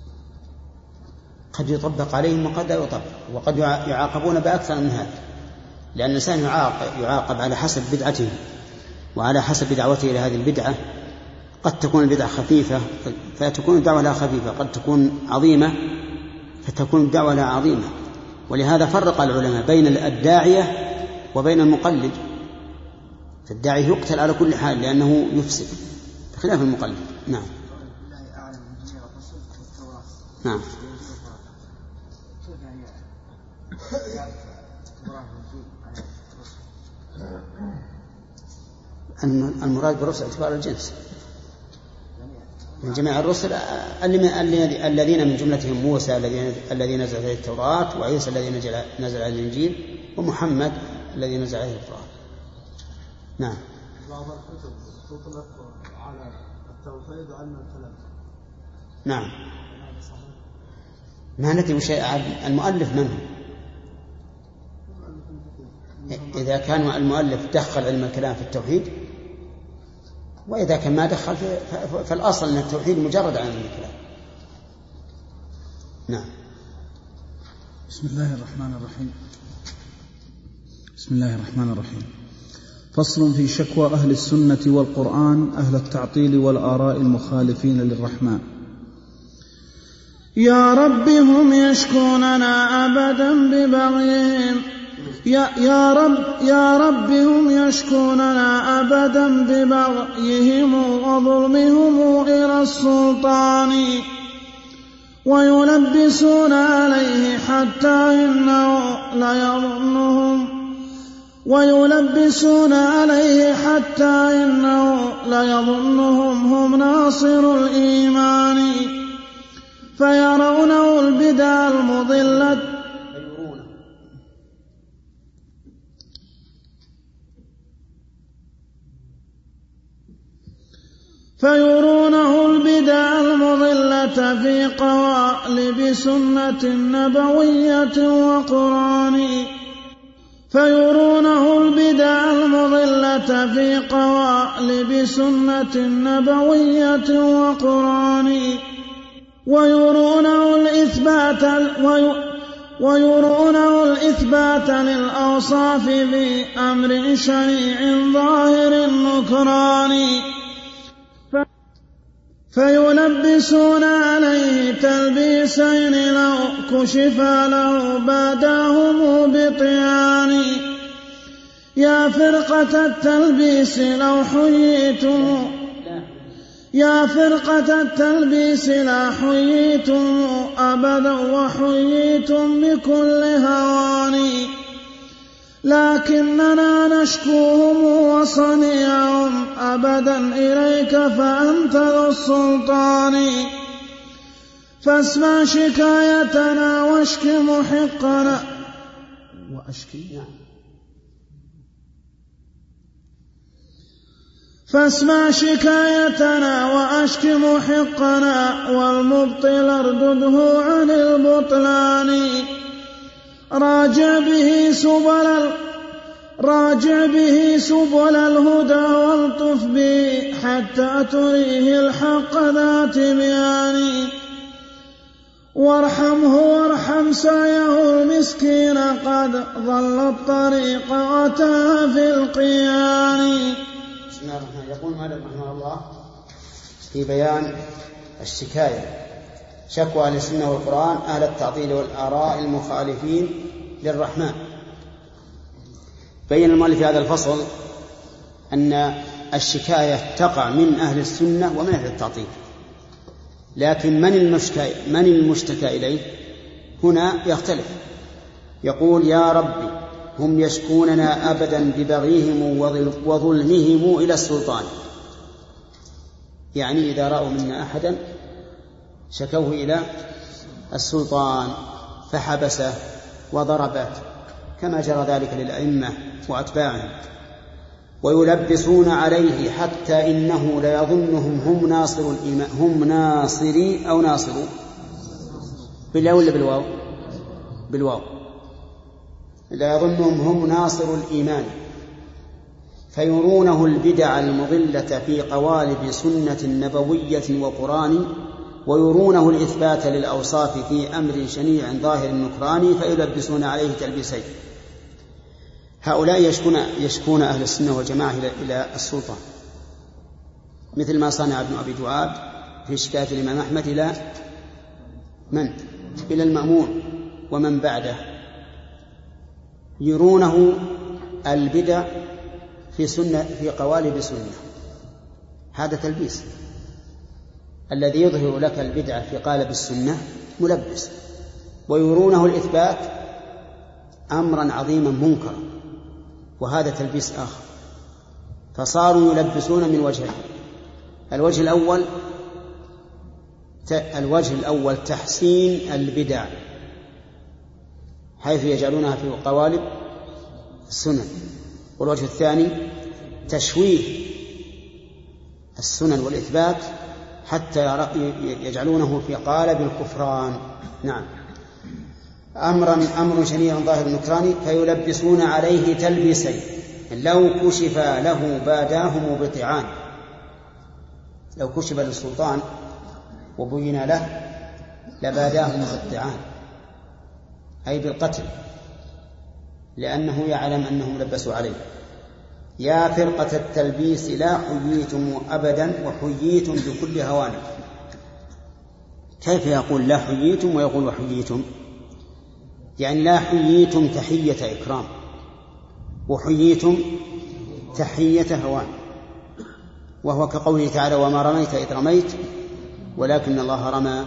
قد يطبق عليهم وقد لا يطبق، وقد يعاقبون بأكثر من هذا، لأن الإنسان يعاقب على حسب بدعته وعلى حسب دعوته إلى هذه البدعة. قد تكون البدعة خفيفة فتكون الدعوة لها خفيفة، قد تكون عظيمة فتكون الدعوة لها عظيمة. ولهذا فرق العلماء بين الداعية وبين المقلد. فالداعي يقتل على كل حال لأنه يفسد بخلاف المقلد. نعم. نعم. المراد بالرسل اعتبار الجنس من جميع الرسل، الذين من جملتهم موسى الذي نزل عليه التوراة، وعيسى الذي نزل عليه الإنجيل، ومحمد الذي نزل عليه القرآن. نعم. بعض الكتب تطلق على التوحيد وعلم الكلام. نعم. ما ندري وش المؤلف من هو. إذا كان المؤلف دخل علم الكلام في التوحيد، وإذا كان ما دخل فالأصل أن التوحيد مجرد عن الكلام. نعم. بسم الله الرحمن الرحيم. بسم الله الرحمن الرحيم. فصل في شكوى أهل السنة والقرآن أهل التعطيل والآراء المخالفين للرحمن. يا رب هم يشكوننا أبدا ببغيهم، يا, يا رب يا رب هم يشكوننا أبدا ببغيهم وظلمهم إلى السلطان، ويلبسون عليه حتى إنه ليظنهم ويلبسون عليه حتى إنه ليظنهم هم ناصر الإيمان، فيرونه البدع المضلة فيرونه البدع المضلة في قوالب سنة نبوية وقرآن فيرونه البدع المضلة في قوالب سنة نبوية وقرآن ويرونه الإثبات ويرونه الإثبات للأوصاف بأمر شريع ظاهر النكران، فيلبسون عليه تلبيسين لو كشف له باداهم بطيان. يا فرقة التلبيس لو حييتم يا فرقة التلبيس لا حييتم أبدا وحييتم بكل هوان، لكننا نشكوهم وصنيعهم أبدا إليك فأنت ذو السلطان فاسمع شكايتنا واشك محقنا وأشكي فاسمع شكايتنا وأشك محقنا والمبطل اردده عن البطلان راجع به سبل راجع به سبل الهدى والطف به حتى تريه الحق ذات بيان وارحمه وارحم سعيه المسكين قد ضل الطريق وتاه في القيان. بسم الله الرحمن الرحيم. يقول مالك رحمه الله في بيان الشكاية شكوى أهل السنة والقرآن أهل التعطيل والآراء المخالفين للرحمن. بين المؤلف في هذا الفصل أن الشكاية تقع من أهل السنة ومن أهل التعطيل، لكن من المشتكى, من المشتكى إليه هنا يختلف. يقول يا ربي هم يشكوننا أبدا ببغيهم وظلمهم إلى السلطان، يعني إذا رأوا منا أحدا شكوه إلى السلطان فحبسه وضربه كما جرى ذلك للأئمة وأتباعهم، ويلبسون عليه حتى إنه ليظنهم هم ناصر الإيمان هم ناصري أو ناصروا بالواو ولا بالواو بالواو لا يظنهم هم ناصر الإيمان فيرونه البدع المضلة في قوالب سنة نبوية وقرآن ويرونه الإثبات للأوصاف في أمر شنيع ظاهر النكران فيلبسون عليه تلبيسين. هؤلاء يشكون, يشكون أهل السنة والجماعة إلى السلطان، مثل ما صنع ابن أبي دؤاد في شكاية الإمام أحمد إلى من؟ إلى المأمون ومن بعده، يرونه البدع في سنة في قوالب سنة. هذا تلبيس. الذي يظهر لك البدعة في قالب السنة ملبس، ويرونه الإثبات أمرا عظيما منكرا، وهذا تلبيس آخر. فصاروا يلبسون من وجهين. الوجه الأول الوجه الأول تحسين البدع حيث يجعلونها في قوالب السنن، والوجه الثاني تشويه السنن والإثبات حتى يجعلونه في قالب الكفران. نعم. أمرا أمر شنيع ظاهر النكران فيلبسون عليه تلبيسين لو كشف له باداهم بطعان. لو كشف للسلطان وبين له لباداهم بالطعان أي بالقتل، لأنه يعلم أنهم لبسوا عليه. يا فرقة التلبيس لا حييتم أبدا وحييتم بكل هوان. كيف يقول لا حييتم ويقول وحييتم؟ يعني لا حييتم تحية إكرام وحييتم تحية هوان، وهو كقوله تعالى وما رميت إذ رميت ولكن الله رمى.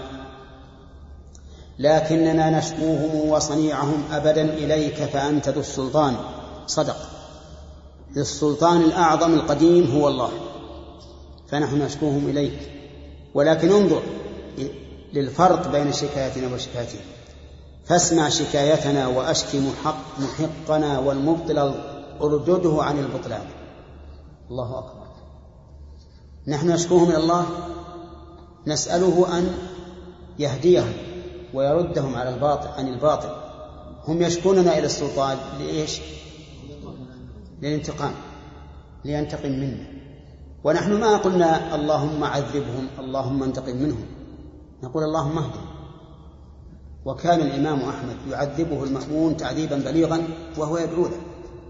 لكننا نشكوهم وصنيعهم أبدا إليك فأنت ذو السلطان. صدق. السلطان الأعظم القديم هو الله، فنحن نشكوهم إليك. ولكن انظر للفرق بين شكايتنا وشكايتهم. فاسمع شكايتنا وأشكي محق محقنا والمبطل أردده عن البطلان. الله أكبر. نحن نشكوهم إلى الله، نسأله أن يهديهم ويردهم على الباطل عن الباطل. هم يشكوننا إلى السلطان لإيش؟ للانتقام، لينتقم منا. ونحن ما قلنا اللهم عذبهم اللهم انتقم منهم، نقول اللهم اهدهم. وكان الإمام أحمد يعذبه المأمون تعذيبا بليغا وهو يدعو له،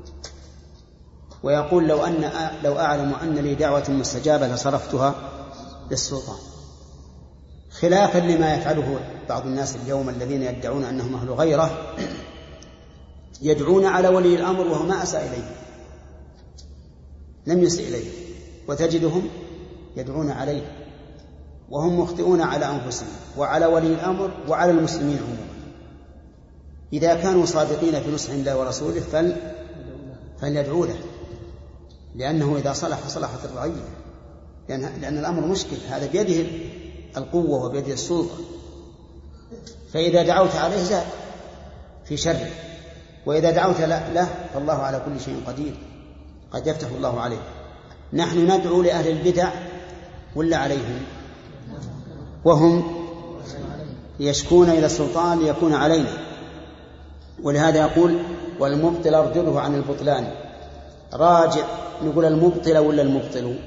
ويقول لو أن لو أعلم أن لي دعوة مستجابة لصرفتها للسلطان، خلافا لما يفعله بعض الناس اليوم الذين يدعون أنهم أهل غيره، يدعون على ولي الأمر وهو ما أساء إليه، لم يسئ إليه، وتجدهم يدعون عليه وهم مخطئون على أنفسهم وعلى ولي الأمر وعلى المسلمين عموما. إذا كانوا صادقين في نصح الله ورسوله فل فليدعوا له، لأنه إذا صلح صلحت الرعية، لأن, لأن الأمر مشكل، هذا بيده القوة وبيده السلطة، فإذا دعوت عليه زاد في شره، وإذا دعوت له فالله على كل شيء قدير، قد يفتح الله عليه. نحن ندعو لأهل البدع ولا عليهم؟ وهم يشكون إلى السلطان ليكون علينا، ولهذا يقول والمبطل ارجله عن البطلان. راجع، نقول المبطل ولا المبطل؟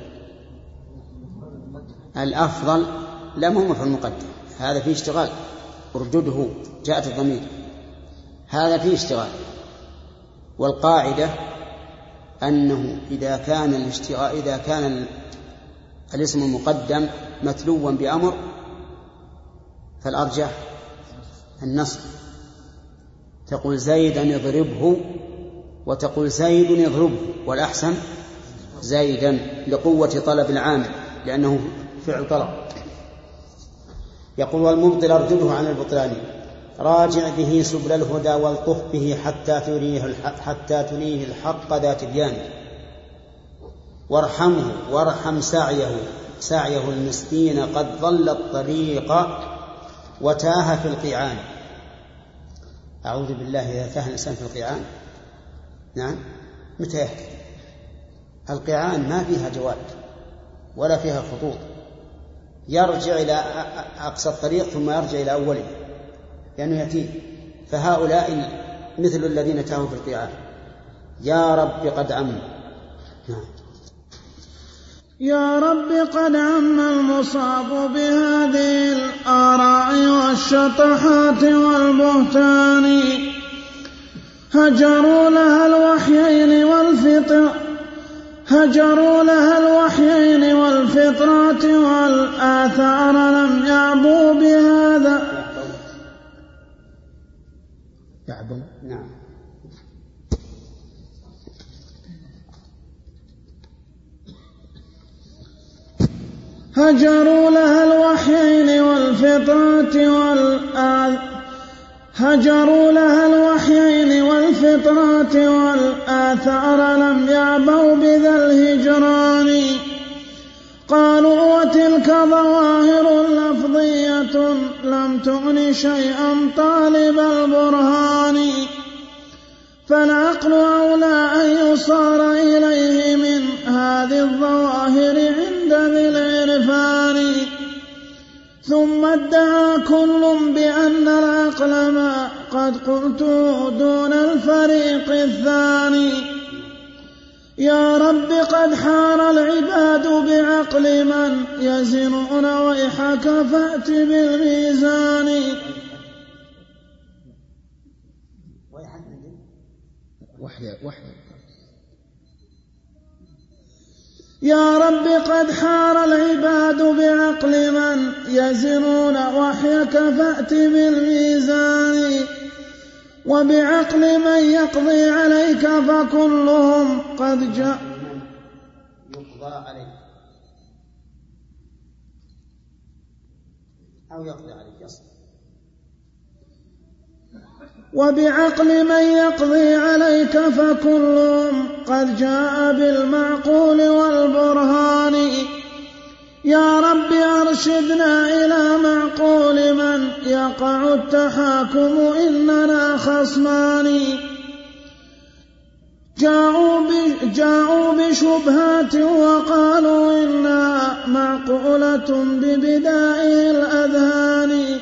الأفضل لا مهم في المقدم، هذا فيه اشتغال، ارجده جاءت الضمير، هذا فيه اشتغال. والقاعدة أنه إذا كان الاشتغال إذا كان الاسم المقدم متلوا بأمر فالأرجح النصب، تقول زيدا يضربه وتقول زيد يضربه، والأحسن زيدا لقوة طلب العامل لأنه فعل طلب. يقول والمبطل ارجله عن البطلان، راجع به سبل الهدى والطف به حتى تريه الحق, حتى تريه الحق ذا تبيان، وارحمه وارحم سعيه سعيه المسكين قد ضل الطريق وتاه في القيعان. أعوذ بالله إذا تاه الإنسان في القيعان. نعم، متى يهتدي؟ القيعان ما فيها جواد ولا فيها خطوط، يرجع إلى أقصى الطريق ثم يرجع إلى أوله لأنه يأتيه. فهؤلاء مثل الذين تاهوا في القيعان. يا رب قد عم نعم. يا رب قد عم المصاب بهذه الآراء والشطحات والبهتان، هجروا لها الوحيين والفطر هجروا لها الوحيين والفطرات والآثار، لم يعبوا بهذا يعبوا نعم. هجروا لها الوحيين والفطرات والآثار هجروا لها الوحيين والفطرات والآثار، لم يعبوا بذا الهجران. قالوا وتلك ظواهر لفظية لم تغن شيئا طالب البرهان، فالعقل أولى أن يصار إليه من هذه الظواهر عند ذي العرفان. ثم ادعى كل بأن العقل ما قد قلته دون الفريق الثاني. يا رب قد حار العباد بعقل من يزنون، ويحك فأت بالميزان. وحي وحي يا رب قد حار العباد بعقل من يزنون، وحيك فأت بالميزان. وبعقل من يقضي عليك فكلهم قد جاء يقضى عليك أو يقضي عليك يصل. وبعقل من يقضي عليك فكلهم قد جاء بالمعقول والبرهان. يا رب أرشدنا إلى معقول من يقع التحاكم، إننا خصمان. جاءوا, جاءوا بشبهات وقالوا إنها معقولة ببدائه الأذهان،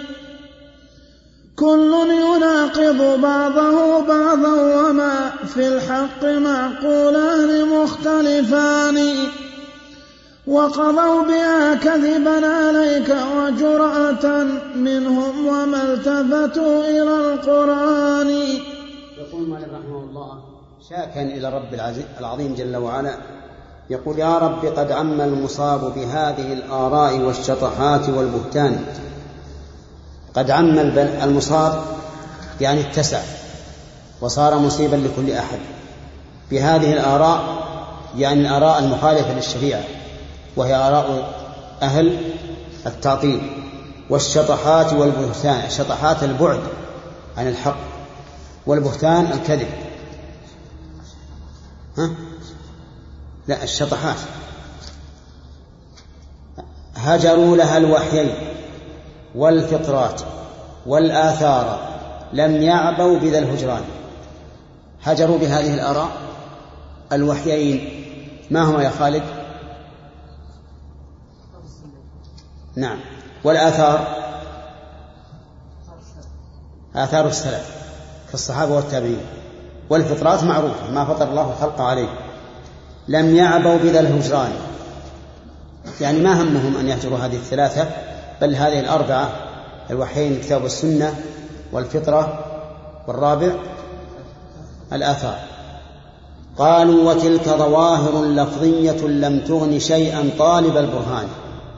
كل يناقض بعضه بعضا وما في الحق معقولان مختلفان. وقضوا بها كذبا عليك وجرأة منهم وما التفتوا إلى القرآن. يقول مالك رحمه الله شاكا إلى رب العظيم جل وعلا، يقول يا رب قد عم المصاب بهذه الآراء والشطحات والبهتان. قد عم المصاب يعني اتسع وصار مصيبا لكل أحد، بهذه الآراء يعني الآراء المخالفة للشريعة، وهي آراء أهل التعطيل، والشطحات والبهتان، شطحات البعد عن الحق والبهتان الكذب. ها؟ لا، الشطحات. هجروا لها الوحيين والفطرات والآثار لم يعبوا بذا الهجران. هجروا بهذه الآراء الوحيين، ما هما يا خالد؟ نعم. والآثار آثار السلف كالصحابة والتابعين. والفطرات معروفة، ما فطر الله الخلق عليه. لم يعبوا بذا الهجران، يعني ما همهم أن يهجروا هذه الثلاثة، بل هذه الأربعة: الوحيين الكتاب والسنة والفطرة، والرابع الآثار. قالوا وتلك ظواهر لفظية لم تغن شيئا طالب البرهان.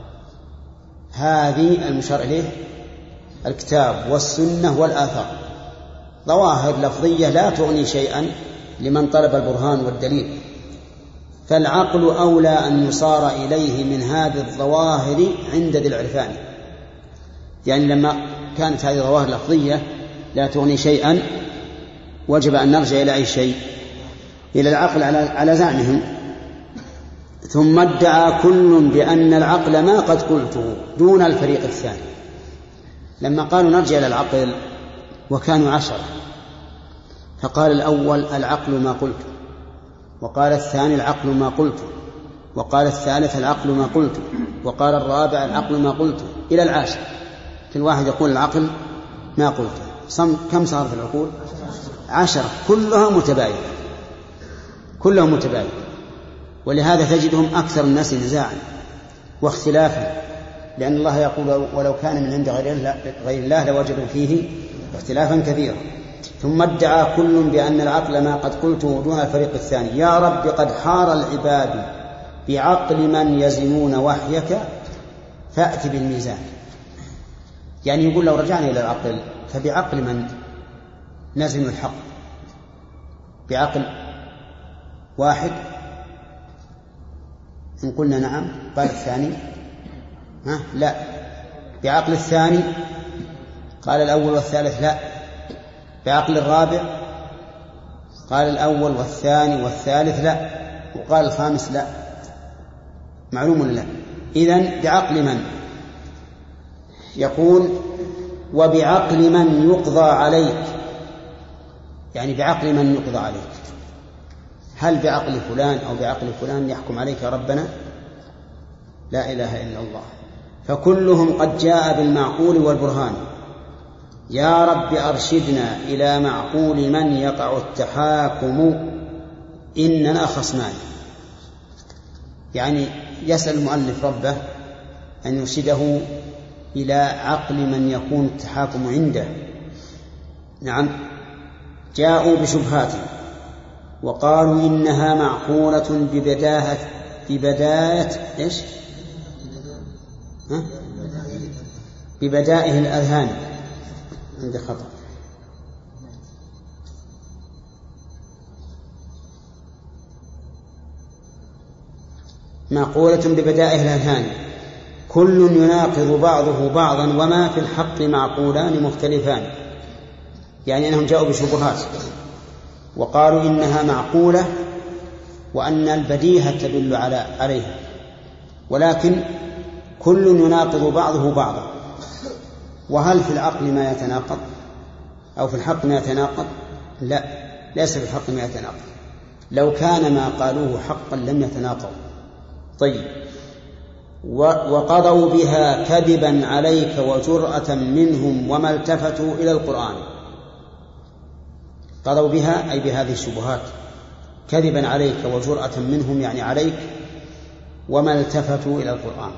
هذه المشار إليه الكتاب والسنة والآثار، ظواهر لفظية لا تغني شيئا لمن طلب البرهان والدليل، فالعقل أولى أن يصار إليه من هذه الظواهر عند ذي العرفان. يعني لما كانت هذه الظواهر لفظية لا تغني شيئا، وجب أن نرجع إلى أي شيء؟ إلى العقل على زعمهم. ثم ادعى كل بأن العقل ما قد قلته دون الفريق الثاني. لما قالوا نرجع إلى العقل وكانوا عشرة، فقال الأول العقل ما قلته، وقال الثاني العقل ما قلته، وقال الثالث العقل ما قلته، وقال الرابع العقل ما قلته، إلى العاشر. كل واحد يقول العقل ما قلته. كم صارت العقول؟ عشرة، كلها متباينة، كلها متباينة. ولهذا تجدهم أكثر الناس نزاعا واختلافا، لأن الله يقول ولو كان من عند غير الله لوجدوا فيه اختلافا كثيرا. ثم ادعى كل بأن العقل ما قد قلته دون الفريق الثاني. يا رب قد حار العباد بعقل من يزنون وحيك فأت بالميزان. يعني يقول لو رجعنا إلى العقل فبعقل من نزن الحق؟ بعقل واحد؟ إن قلنا نعم قال الثاني ها لا. بعقل الثاني قال الأول والثالث لا. بعقل الرابع قال الأول والثاني والثالث لا، وقال الخامس لا. معلوم ولا لا؟ إذن بعقل من؟ يقول وبعقل من يقضى عليك، يعني بعقل من يقضى عليك. هل بعقل فلان أو بعقل فلان يحكم عليك ربنا؟ لا إله إلا الله. فكلهم قد جاء بالمعقول والبرهان. يا رب أرشدنا إلى معقول من يقع التحاكم إننا خصمان. يعني يسأل المؤلف ربه أن يرشده إلى عقل من يكون التحاكم عنده. نعم. جاءوا بشبهات وقالوا إنها معقولة ببداهة ببداية إيش؟ ها؟ ببدائه الأذهان. عندي خطأ. معقولة ببدائه الأذهان كل يناقض بعضه بعضا وما في الحق معقولان مختلفان. يعني أنهم جاءوا بشبهات وقالوا إنها معقولة وأن البديهة تدل على عليها، ولكن كل يناقض بعضه بعضا. وهل في العقل ما يتناقض أو في الحق ما يتناقض؟ لا، ليس في الحق ما يتناقض. لو كان ما قالوه حقا لم يتناقض. طيب. وقضوا بها كذبا عليك وجرأة منهم وما التفتوا إلى القرآن. قضوا بها أي بهذه الشبهات كذبا عليك وجرأة منهم، يعني عليك، وما التفتوا إلى القرآن.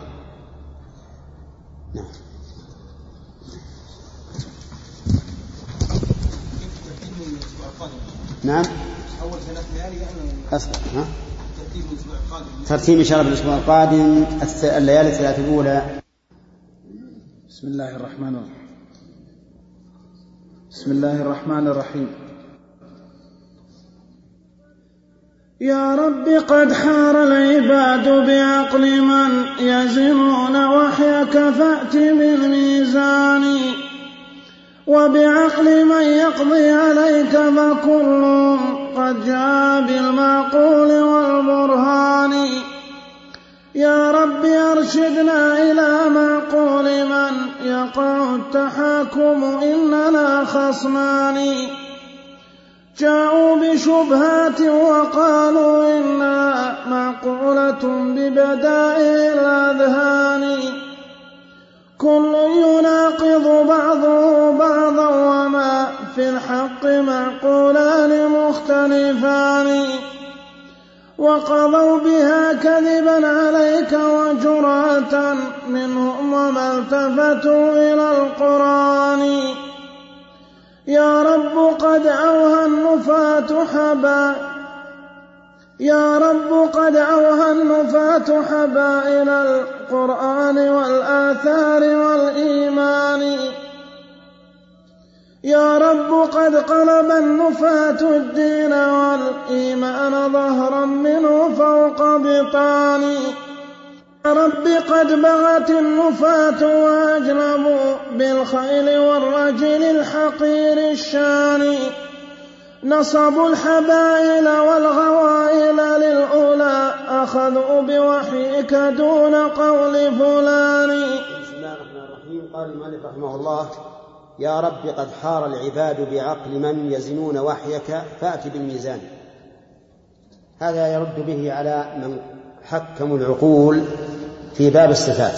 نعم. نعم. أول ثلاث ليالي أصلا ها ترتيب إن شاء الله بالأسبوع القادم الليالي الثلاث الأولى. بسم الله الرحمن الرحيم. بسم الله الرحمن الرحيم. يا رب قد حار العباد بعقل من يزنون وحيك فأت بالميزان وبعقل من يقضي عليك فكل قد جاء بالمعقول والبرهان. يا رب أرشدنا إلى معقول من يقع التحاكم إننا خصمان. جاءوا بشبهات وقالوا إنها معقولة ببدائع الأذهان. كل يناقض بعضه بعضا وما في الحق معقولان مختلفان. وقضوا بها كذبا عليك وجرأة منهم وما التفتوا إلى القرآن. يا رب قد أوهى النفاة حبا يا رب قد أوهى النفاة حبائل القرآن والآثار والإيمان. يا رب قد قلب النفاة الدين والإيمان ظهرا منه فوق بطان. يا رب قد بغت النفاة وأجلبوا بالخيل والرجل الحقير الشان. نصبوا الحبائل والغوائل للأولى أخذوا بوحيك دون قول فلان. بسم الله الرحمن الرحيم. قال المؤلف رحمه الله: يا رب قد حار العباد بعقل من يزنون وحيك فأت بالميزان. هذا يرد به على من حكموا العقول في باب الصفات،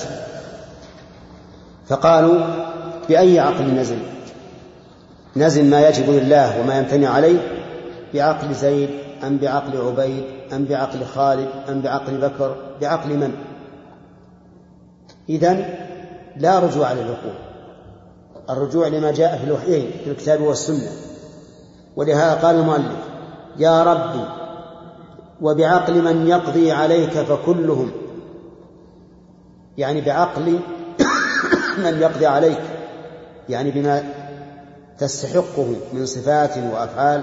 فقالوا: بأي عقل نزل؟ نزل ما يجب لله وما يمتنع عليه بعقل زيد أم بعقل عبيد أم بعقل خالد أم بعقل بكر؟ بعقل من؟ إذن لا رجوع للعقول، الرجوع لما جاء في الوحيين في الكتاب والسنة. ولهذا قال المؤلف: يا ربي وبعقل من يقضي عليك فكلهم، يعني بعقل من يقضي عليك، يعني بما تستحقه من صفات وأفعال.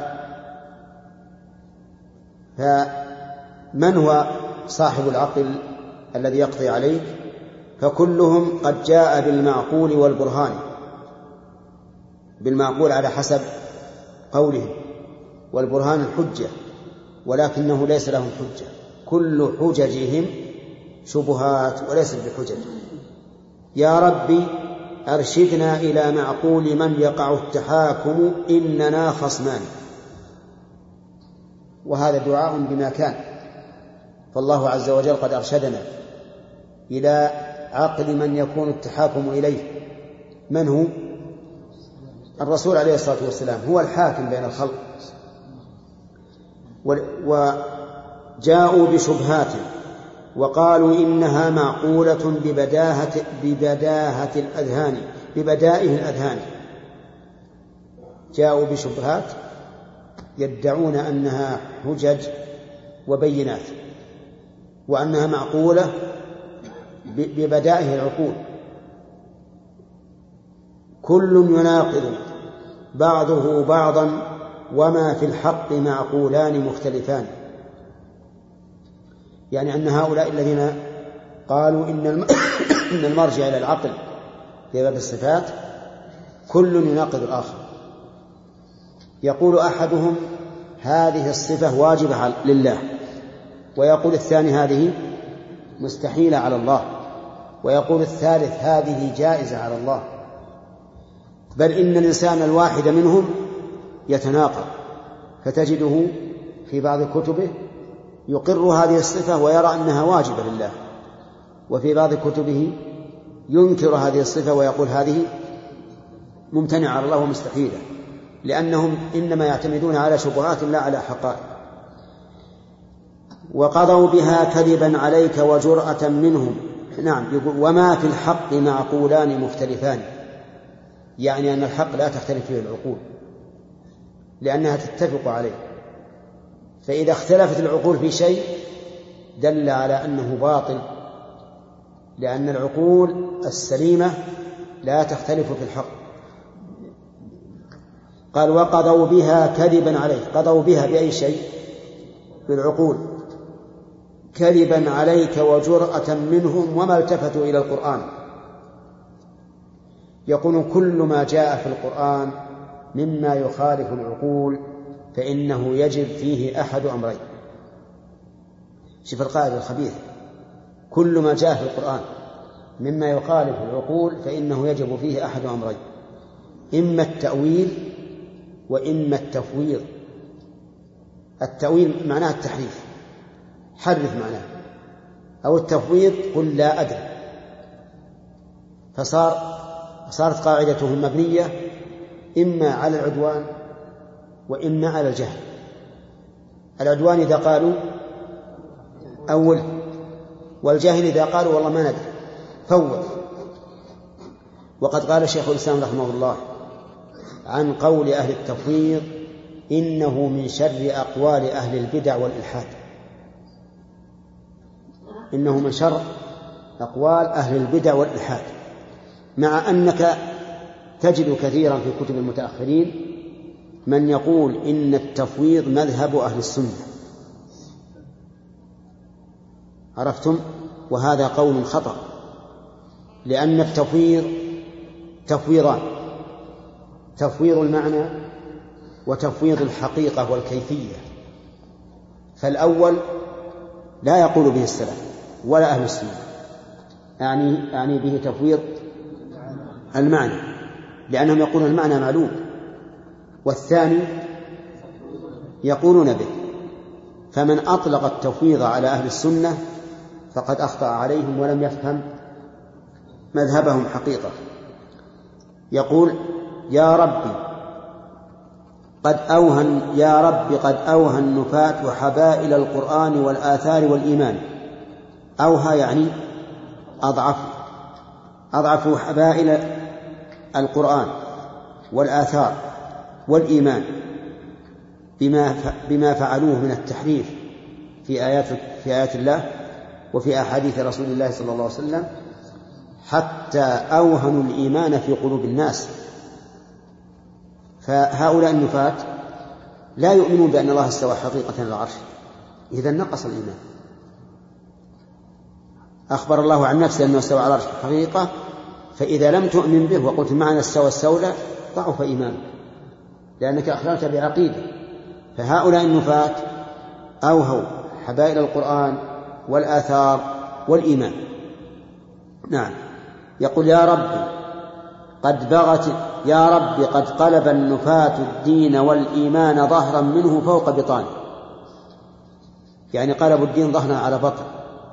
فمن هو صاحب العقل الذي يقضي عليك؟ فكلهم قد جاء بالمعقول والبرهان. بالمعقول على حسب قولهم، والبرهان الحجة، ولكنه ليس لهم حجة، كل حججهم شبهات وليست بحجج. يا ربي أرشدنا إلى معقول من يقع التحاكم إننا خصمان. وهذا دعاء بما كان، فالله عز وجل قد أرشدنا إلى عقل من يكون التحاكم إليه. من هو؟ الرسول عليه الصلاة والسلام هو الحاكم بين الخلق. وجاءوا بشبهات وقالوا إنها معقولة ببداهة, ببداهة الأذهان ببدائه الأذهان. جاءوا بشبهات يدعون أنها حجج وبينات، وأنها معقولة ببدائه العقول. كل يناقض بعضه بعضا وما في الحق معقولان مختلفان. يعني أن هؤلاء الذين قالوا إن المرجع إلى العقل في باب الصفات كل يناقض الآخر. يقول أحدهم: هذه الصفة واجبة لله، ويقول الثاني: هذه مستحيلة على الله، ويقول الثالث: هذه جائزة على الله. بل إن الإنسان الواحد منهم يتناقض، فتجده في بعض كتبه يقر هذه الصفة ويرى أنها واجبة لله، وفي بعض كتبه ينكر هذه الصفة ويقول هذه ممتنعة على الله ومستحيلة، لأنهم إنما يعتمدون على شبهات لا على حقائق. وقضوا بها كذبا عليك وجرأة منهم. نعم، يقول: وما في الحق معقولان مختلفان، يعني أن الحق لا تختلف فيه العقول لأنها تتفق عليه. فإذا اختلفت العقول في شيء دل على أنه باطل، لأن العقول السليمة لا تختلف في الحق. قال: وقضوا بها كذبا عليك. قضوا بها بأي شيء؟ بالعقول. كذبا عليك وجرأة منهم وما التفتوا إلى القرآن. يقول كل ما جاء في القرآن مما يخالف العقول فإنه يجب فيه أحد أمرين. شوف القاعدة الخبيثة، كل ما جاء في القرآن مما يخالف العقول فإنه يجب فيه أحد أمرين، إما التأويل وإما التفويض. التأويل معناه التحريف، حرف معناه، أو التفويض قل لا أدري. فصار صارت قاعدتهم مبنية إما على العدوان وإما على الجهل. العدوان إذا قالوا أول، والجاهل إذا قالوا والله ما ندري فوض. وقد قال شيخ الإسلام رحمه الله عن قول أهل التفويض إنه من شر أقوال أهل البدع والإلحاد، إنه من شر أقوال أهل البدع والإلحاد، مع أنك تجد كثيرا في كتب المتأخرين من يقول إن التفويض مذهب أهل السنة. عرفتم؟ وهذا قول خطأ، لأن التفويض تفويضان: تفويض المعنى وتفويض الحقيقة والكيفية. فالأول لا يقول به السلف ولا أهل السنة، يعني يعني به تفويض المعنى لأنهم يقولون المعنى معلوم، والثاني يقولون به. فمن أطلق التفويض على أهل السنة فقد أخطأ عليهم ولم يفهم مذهبهم حقيقة. يقول يا ربي قد أوهن يا رب قد أوهى النفاة حبائل القرآن والآثار والإيمان. أوهى يعني أضعف، أضعف حبائل القرآن والآثار والإيمان بما بما فعلوه من التحريف في آيات في آيات الله وفي أحاديث رسول الله صلى الله عليه وسلم، حتى أوهنوا الإيمان في قلوب الناس. فهؤلاء النفاة لا يؤمنون بأن الله استوى حقيقة على العرش، إذا نقص الإيمان. أخبر الله عن نفسه أنه استوى على العرش حقيقة، فإذا لم تؤمن به وقلت معنى استوى استولى ضعف إيمانك لأنك أخللت بعقيدة. فهؤلاء النفاة أوهوا حبائل القرآن والآثار والإيمان. نعم. يقول يا رب قد بغت يا رب قد قلب النفاة الدين والإيمان ظهرا منه فوق بطانه، يعني قلبوا الدين ظهرا على بطن،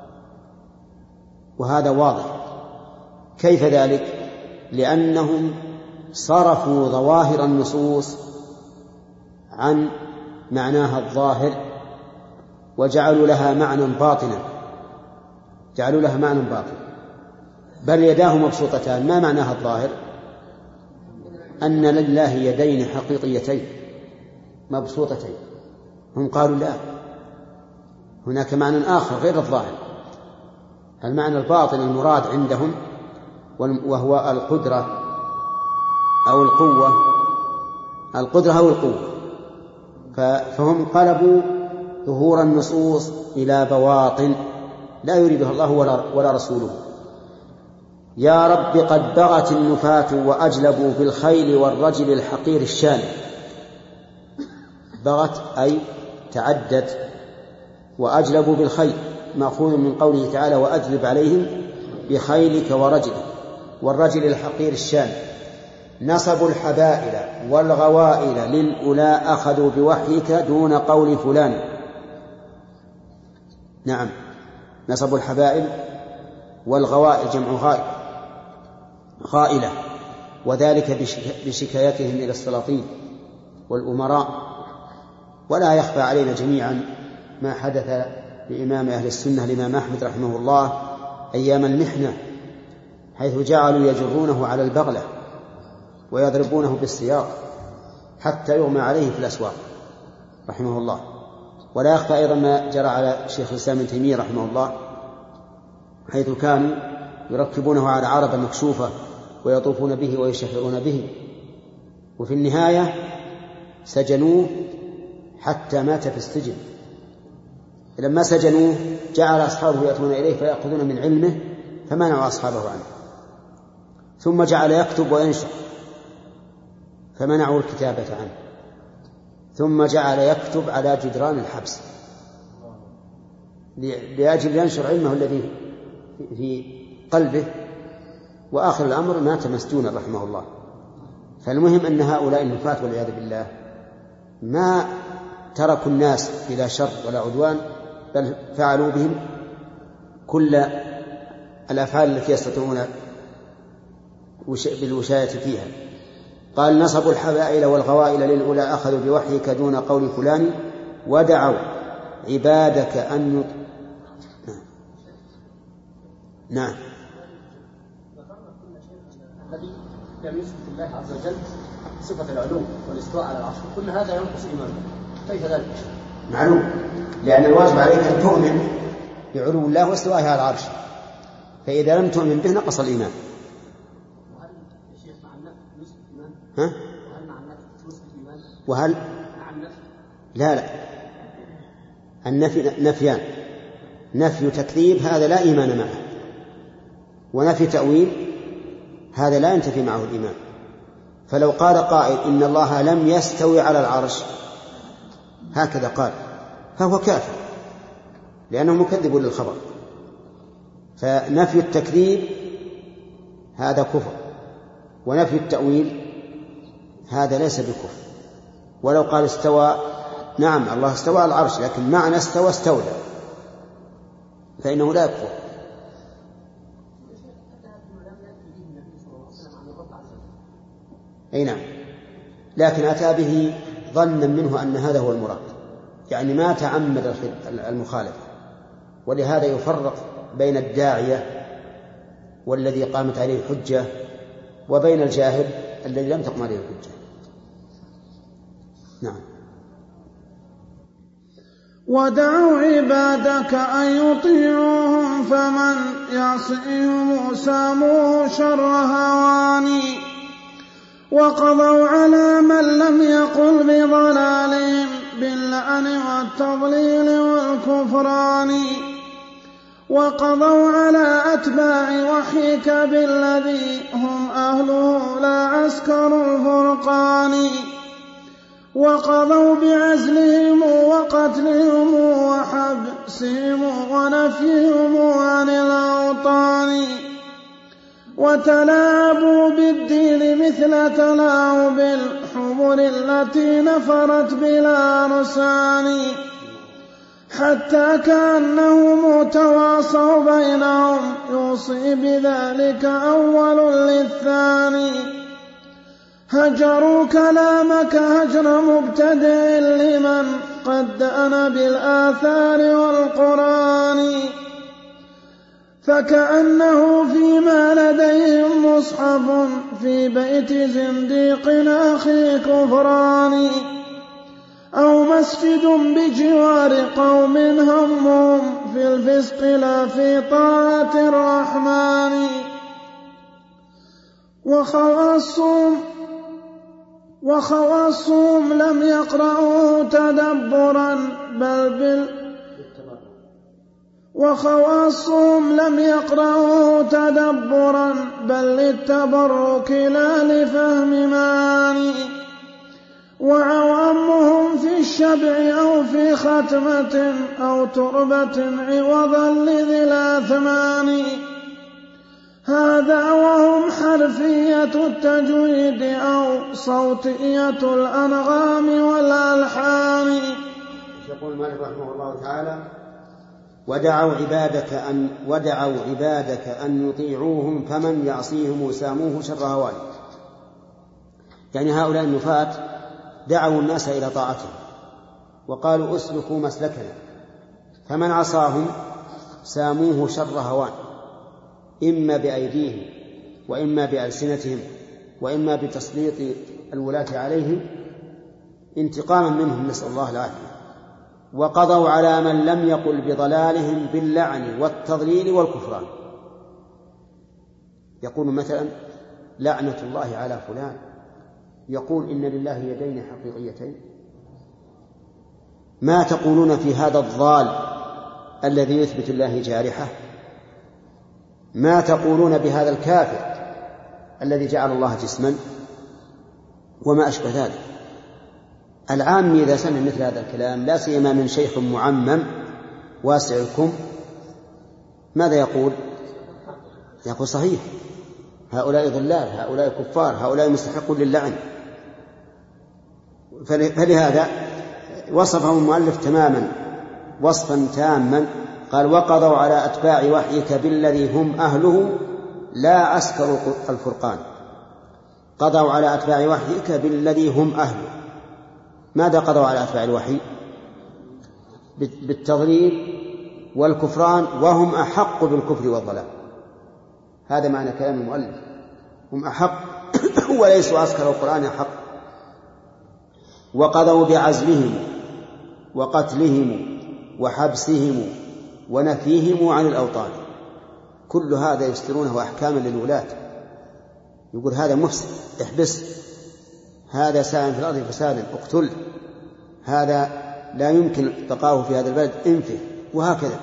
وهذا واضح. كيف ذلك؟ لأنهم صرفوا ظواهر النصوص عن معناها الظاهر وجعلوا لها معنى باطنا، جعلوا لها معنى باطن. بل يداه مبسوطتان، ما معناها الظاهر؟ أن لله يدين حقيقيتين مبسوطتين. هم قالوا لا، هناك معنى آخر غير الظاهر، المعنى الباطن المراد عندهم وهو القدرة أو القوة، القدرة أو القوة. فهم قلبوا ظهور النصوص إلى بواطن لا يريدها الله ولا رسوله. يا رب قد بغت النفاة وأجلبوا بالخيل والرجل الحقير الشان. بغت أي تعدت، وأجلبوا بالخيل مأخوذ من قوله تعالى وأجلب عليهم بخيلك ورجلك، والرجل الحقير الشان. نصبوا الحبائل والغوائل للأولى أخذوا بوحيك دون قول فلان. نعم، نصبوا الحبائل والغوائل جمع غائل غائلة، وذلك بشكايتهم إلى السلاطين والأمراء. ولا يخفى علينا جميعا ما حدث لإمام أهل السنة الإمام أحمد رحمه الله أيام المحنة، حيث جعلوا يجرونه على البغلة ويضربونه بالسياط حتى يغمى عليه في الأسواق رحمه الله. ولا يخفى أيضا ما جرى على شيخ الإسلام ابن تيمية رحمه الله، حيث كانوا يركبونه على عربة مكشوفة ويطوفون به ويشهرون به، وفي النهاية سجنوه حتى مات في السجن. لما سجنوه جعل أصحابه يأتون إليه فيأخذون من علمه فمنعوا أصحابه عنه. ثم جعل يكتب وينشر فمنعوا الكتابة عنه، ثم جعل يكتب على جدران الحبس لأجل ينشر علمه الذي في قلبه، وآخر الأمر مات مسجونا رحمه الله. فالمهم أن هؤلاء النفاة والعياذ بالله ما تركوا الناس إلى شر ولا عدوان، بل فعلوا بهم كل الأفعال التي يستطيعون بالوشاية فيها. قال نصبوا الحبائل والغوائل للأولى أخذوا بوحيك دون قول فلان ودعوا عبادك أن يط... نعم, نعم. الذي لم يثبت الله عز وجل صفة العلو والاستواء على العرش، كل هذا ينقص إيمانه، كيف ذلك؟ معلوم، لأن الواجب عليك أن تؤمن بعلو الله واستوائه على العرش، فإذا لم تؤمن به نقص الإيمان. وهل يا شيخ مع النفي يثبت الإيمان؟ ها؟ وهل مع النفي يثبت الإيمان؟ وهل؟ مع النفي؟ لا لا، النفي نفيان، نفي تكذيب هذا لا إيمان معه، ونفي تأويل هذا لا ينتفي معه الإيمان. فلو قال قائل إن الله لم يستوي على العرش هكذا قال فهو كافر، لأنه مكذب للخبر. فنفي التكذيب هذا كفر، ونفي التأويل هذا ليس بكفر. ولو قال استوى، نعم الله استوى على العرش، لكن معنى استوى استولى، فإنه لا يكفر. أي نعم، لكن أتى به ظنا منه أن هذا هو المراد، يعني ما تعمد المخالفة. ولهذا يفرق بين الداعية والذي قامت عليه الحجة وبين الجاهل الذي لم تقم عليه الحجة. نعم. ودعوا عبادك أن يطيعوهم فمن يعصيهم ساموه شر هواني. وقضوا على من لم يقل بضلالهم باللعن والتضليل والكفران. وقضوا على أتباع وحيك بالذي هم أهله لا عسكر الفرقان. وقضوا بعزلهم وقتلهم وحبسهم ونفيهم عن الأوطان. وتلاعبوا بالدين مثل تلاعب الحمر التي نفرت بلا رسان، حتى كأنهم تواصوا بينهم يوصي بذلك أول للثاني. هجروا كلامك هجر مبتدئ لمن قد أنا بالآثار والقرآن، فكأنه فيما لديهم مصحف في بيت زنديق أخي كفران، أو مسجد بجوار قوم همهم في الفسق لا في طاعة الرحمن. وخواصهم وخواصهم لم يقرأوا تدبرا بل بال وخواصهم لم يقرأوا تدبرا بل للتبرك لا لفهم معاني. وعوامهم في الشبع أو في ختمة أو تربة عوضا لذي الأثمان. هذا وهم حرفية التجويد أو صوتية الأنغام والألحان. يقول مالك رحمه الله تعالى ودعوا عبادك أن ودعوا عبادك أن يطيعوهم فمن يعصيهم ساموه شر هوان. يعني هؤلاء النفاة دعوا الناس إلى طاعتهم وقالوا اسلكوا مسلكنا، فمن عصاهم ساموه شر هوان، إما بأيديهم وإما بألسنتهم وإما بتسليط الولاة عليهم انتقاما منهم، نسأل الله العافية. وقضوا على من لم يقل بضلالهم باللعن والتضليل والكفران. يقول مثلا لعنة الله على فلان، يقول إن لله يدين حقيقيتين. ما تقولون في هذا الضال الذي يثبت الله جارحة؟ ما تقولون بهذا الكافر الذي جعل الله جسما وما أشبه ذلك. العام إذا سمع مثل هذا الكلام لا سيما من شيخ معمم واسع الكم ماذا يقول؟ يقول صحيح، هؤلاء ضلال، هؤلاء كفار، هؤلاء مستحقون للعن. فلهذا وصفهم المؤلف تماما وصفا تاما، قال وقضوا على أتباع وحيك بالذي هم أهله لا عسكر الفرقان. قضوا على أتباع وحيك بالذي هم أهله. ماذا قضوا على أتباع الوحي؟ بالتضليل والكفران، وهم أحق بالكفر والضلال. هذا معنى كلام المؤلف، هم أحق وليسوا عسكر القرآن أحق. وقضوا بعزلهم وقتلهم وحبسهم ونفيهم عن الأوطان. كل هذا يسترونه أحكاما للولاة. يقول هذا مفسد احبس، هذا سائل في الأرض فسادا اقتل، هذا لا يمكن بقاؤه في هذا البلد انفه، وهكذا.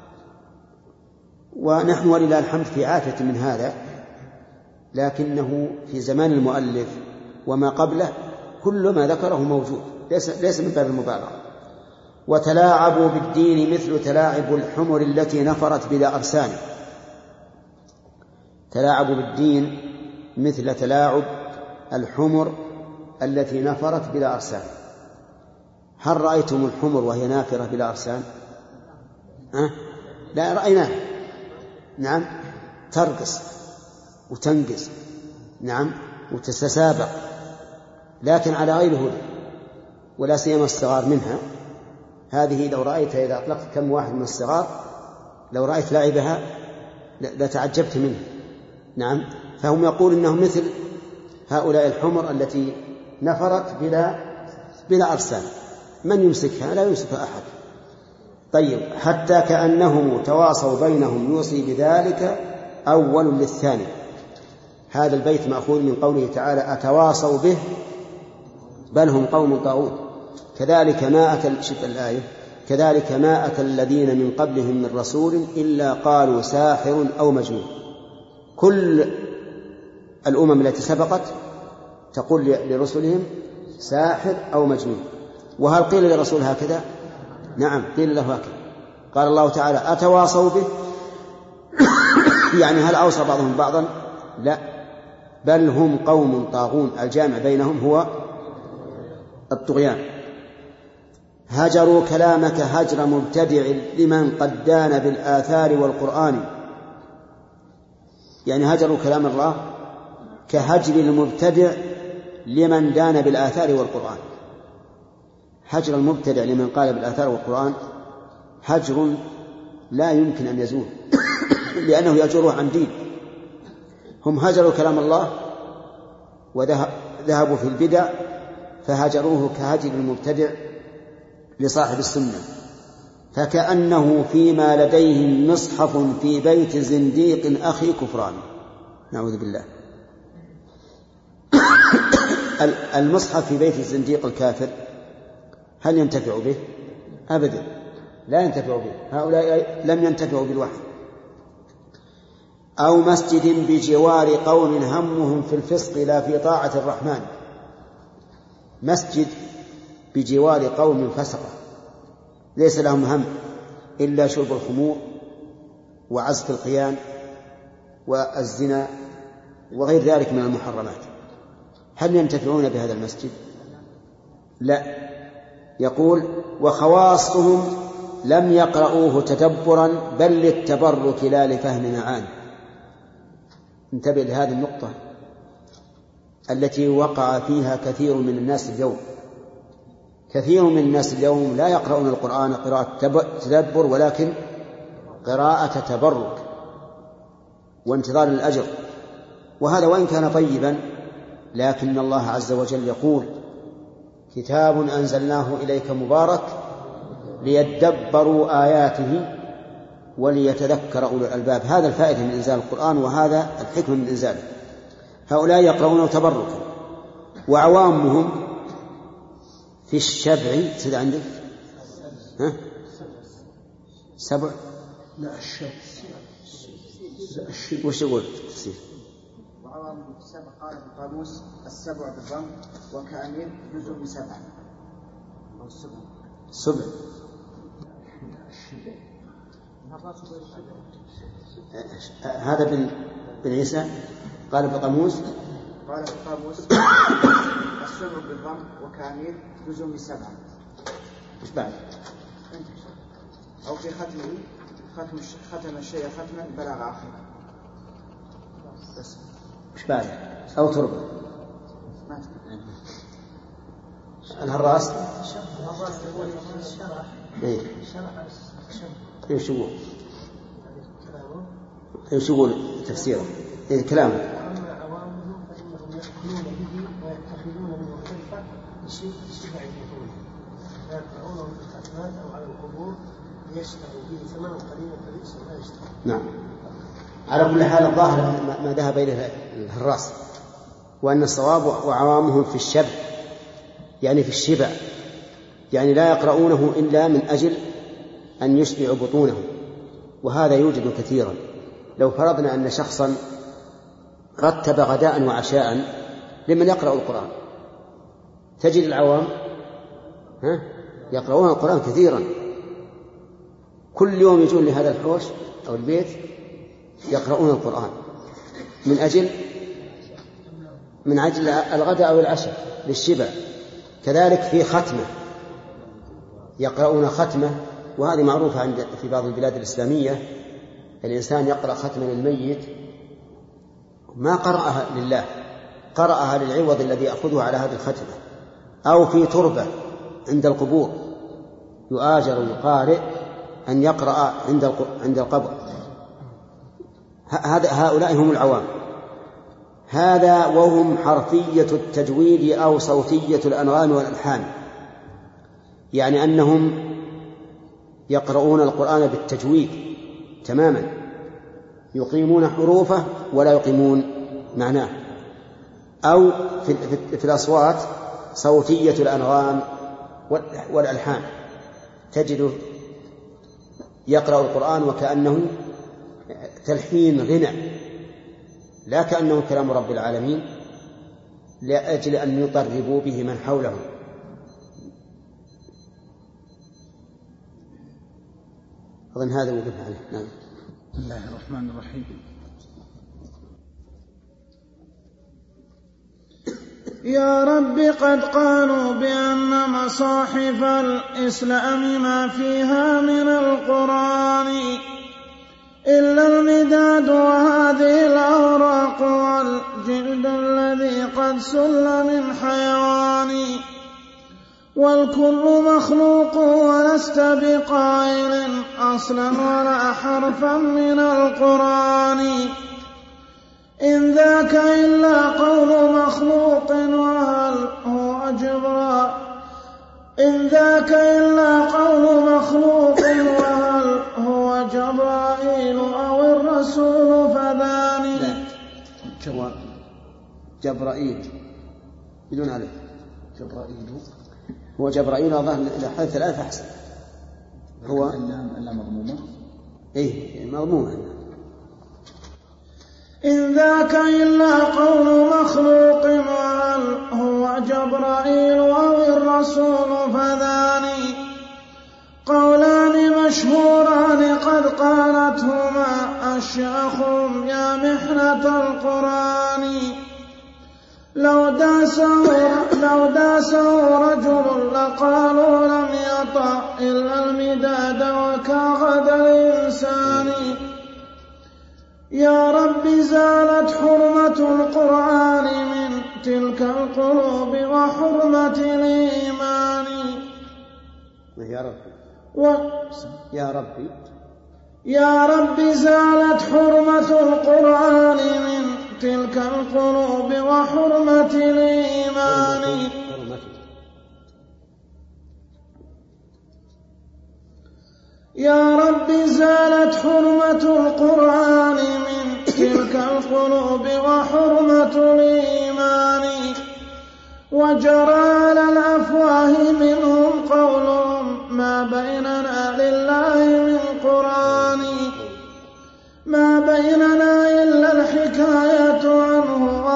ونحن ولله الحمد في عافية من هذا، لكنه في زمان المؤلف وما قبله كل ما ذكره موجود، ليس, ليس من باب المبالغة. وتلاعبوا بالدين مثل تلاعب الحمر التي نفرت بلا أرسان. تلاعبوا بالدين مثل تلاعب الحمر التي نفرت بلا أرسان. هل رأيتم الحمر وهي نافرة بلا أرسان؟ أه؟ لا رأيناها، نعم، ترقص وتنقص، نعم، وتتسابق، لكن على غير هدى، ولا سيما الصغار منها. هذه لو رأيتها إذا أطلقت كم واحد من الصغار، لو رأيت لعبها لتعجبت منها، نعم. فهم يقول إنه مثل هؤلاء الحمر التي نفرت بلا بلا أرسال، من يمسكها؟ لا يمسكها أحد. طيب، حتى كأنهم تواصوا بينهم يوصي بذلك أول للثاني. هذا البيت مأخوذ من قوله تعالى أتواصوا به بل هم قوم طاغون. كذلك ما أتى شف الآية كذلك ما أتى الذين من قبلهم من رسول إلا قالوا ساحر أو مجنون. كل الأمم التي سبقت تقول لرسلهم ساحر أو مجنون. وهل قيل للرسول هكذا؟ نعم، قيل له هكذا. قال الله تعالى أتواصوا به يعني هل أوصى بعضهم بعضا؟ لا، بل هم قوم طاغون. الجامع بينهم هو الطغيان. هجروا كلامك هجر مبتدع لمن قد دان بالآثار والقرآن. يعني هجروا كلام الله كهجر المبتدع لمن دان بالآثار والقرآن. هجر المبتدع لمن قال بالآثار والقرآن هجر لا يمكن أن يزول لأنه يجره عن دين. هم هجروا كلام الله وذهبوا في البدع فهجروه كهجر المبتدع لصاحب السنة. فكأنه فيما لديهم مصحف في بيت زنديق أخي كفران، نعوذ بالله. المصحف في بيت الزنديق الكافر هل ينتفع به؟ أبدا، لا ينتفع به. هؤلاء لم ينتفعوا بالوحي. أو مسجد بجوار قوم همهم في الفسق لا في طاعة الرحمن. مسجد بجوار قوم فسقة ليس لهم هم إلا شرب الخمور وعزف القيان والزنا وغير ذلك من المحرمات. هل ينتفعون بهذا المسجد؟ لا. يقول وخواصهم لم يقرؤوه تدبرا بل للتبرك لا لفهم معاني. انتبه لهذه النقطة التي وقع فيها كثير من الناس اليوم. كثير من الناس اليوم لا يقرؤون القرآن قراءة تدبر ولكن قراءة تبرك وانتظار الأجر. وهذا وإن كان طيبا لكن الله عز وجل يقول كتاب أنزلناه إليك مبارك ليدبروا آياته وليتذكر أولو الألباب. هذا الفائدة من إنزال القرآن وهذا الحكم من إنزاله. هؤلاء يقرؤونه تبركا وعوامهم في الشبع. سيد عندك ها؟ سبع لا الشبع. وش يقول التفسير؟ الصواب في السبع قال في القاموس السبع بالضم وكأمير جزء من سبعة أو السبع سبع هذا بن بن عيسى قال في القاموس قال في القاموس السبع بالضم وكأمير جزء من سبعة. إيش بعد؟ أو في ختمه ختم ختم الشيء ختما بلغ آخره بس. إيش بعد؟ أو تربة الهراس إيه إيش يقول إيش يقول تفسيره إيه كلامه أما عوامهم فإنهم يحكمون به ويتخذون منه خلفة لشيء شبع الدخول فيقرؤونه في الختمات أو على القبور ليشتروا به ثمنا قليلا فبئس ما يشترون. نعم. على كل حال الظاهر ما ذهب إليه الهراس وأن الصواب وعوامهم في الشبع يعني في الشبع يعني لا يقرؤونه إلا من أجل أن يشبعوا بطونهم وهذا يوجد كثيرا. لو فرضنا أن شخصا رتب غداء وعشاء لمن يقرأ القرآن تجد العوام ها يقرؤون القرآن كثيرا كل يوم يجون لهذا الحوش أو البيت يقرؤون القرآن من أجل من أجل الغداء أو العشاء للشبع. كذلك في ختمة يقرؤون ختمة وهذه معروفة عند في بعض البلاد الإسلامية الإنسان يقرأ ختمة للميت ما قرأها لله قرأها للعوض الذي يأخذه على هذه الختمة. أو في تربة عند القبور يؤاجر القارئ أن يقرأ عند عند القبر. هؤلاء هم العوام. هذا وهم حرفية التجويد أو صوتية الأنغام والألحان يعني أنهم يقرؤون القرآن بالتجويد تماما يقيمون حروفه ولا يقيمون معناه. أو في, في الأصوات صوتية الأنغام والألحان تجد يقرأ القرآن وكأنه تلحين غنى لا كأنه كلام رب العالمين لأجل أن يطربوا به من حولهم. أظن هذا وقف عليه. نعم. بسم الله الرحمن الرحيم. يا رب قد قالوا بأن مصاحف الإسلام ما فيها من القرآن إلا المداد وهذه الأوراق والجلد الذي قد سل من حيوان والكل مخلوق ولست بقائل أصلا ولا حرفا من القرآن إن ذاك إلا قول مخلوق وهل هو جبرائيل إن ذاك إلا قول مخلوق وهل هو جبرائيل أو الرسول فذاني. لا جبرائيل بدون ألف جبرائيل هو جبرائيل أظن إذا حدث الألف أحسن. هو إلا مضمومة إيه مضمومة. إن ذاك إلا قول مخلوق وهل هو جبرائيل أو الرسول فذاني قولان مشهوران قد قالتهما أشياخهم يا محنة القرآن لو داسه, لو داسه رجل لقالوا لم يطأ إلا المداد وكغد الإنسان يا رب زالت حرمة القرآن من تلك القلوب وحرمة الإيمان. يا رب و... يا ربي يا رب زالت حرمة القرآن من تلك القلوب وحرمة الإيمان. يا رب زالت حرمة القرآن من تلك القلوب وحرمة الإيمان وجرى على الأفواه منهم قولهم ما بيننا لله من قرآن ما بيننا إلا الحكاية عنه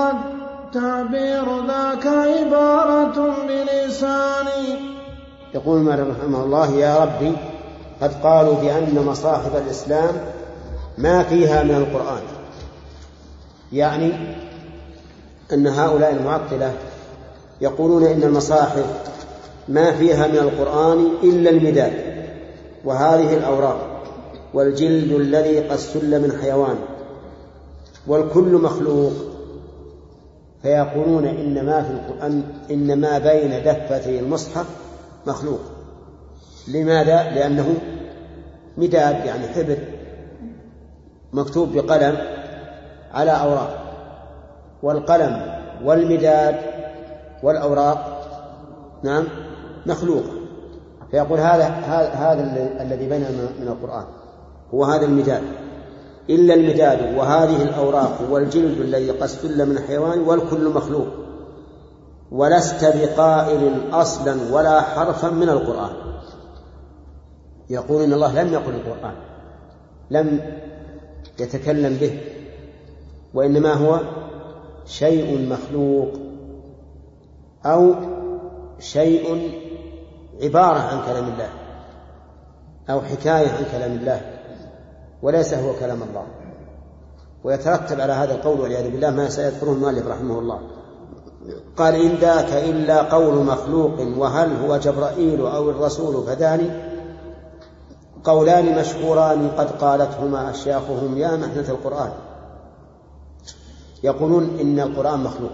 تعبير ذاك عبارة بلساني. يقول مالك رحمه الله: يا ربي قد قالوا بأن مصاحف الإسلام ما فيها من القرآن، يعني أن هؤلاء المعطلة يقولون إن المصاحف ما فيها من القرآن إلا المداد وهذه الأوراق والجلد الذي قد سل من حيوان والكل مخلوق، فيقولون إن ما في القرآن إن ما بين دفتي المصحف مخلوق. لماذا؟ لأنه مداد، يعني حبر مكتوب بقلم على أوراق، والقلم والمداد والأوراق نعم مخلوقة. فيقول هذا هذا الذي بيننا من القرآن هو هذا المداد، إلا المداد وهذه الأوراق والجلد الذي قد سل من حيوان والكل مخلوق، ولست بقائل أصلا ولا حرفا من القرآن. يقول إن الله لم يقل القرآن، لم يتكلم به، وإنما هو شيء مخلوق أو شيء عبارة عن كلام الله أو حكاية عن كلام الله، وليس هو كلام الله. ويترتب على هذا القول والعياذ بالله ما سيذكره المؤلف رحمه الله. قال: إن ذاك إلا قول مخلوق، وهل هو جبرائيل أو الرسول فذاني قولان مشهوران قد قالتهما أشياخهم يا محنة القرآن. يقولون إن القرآن مخلوق.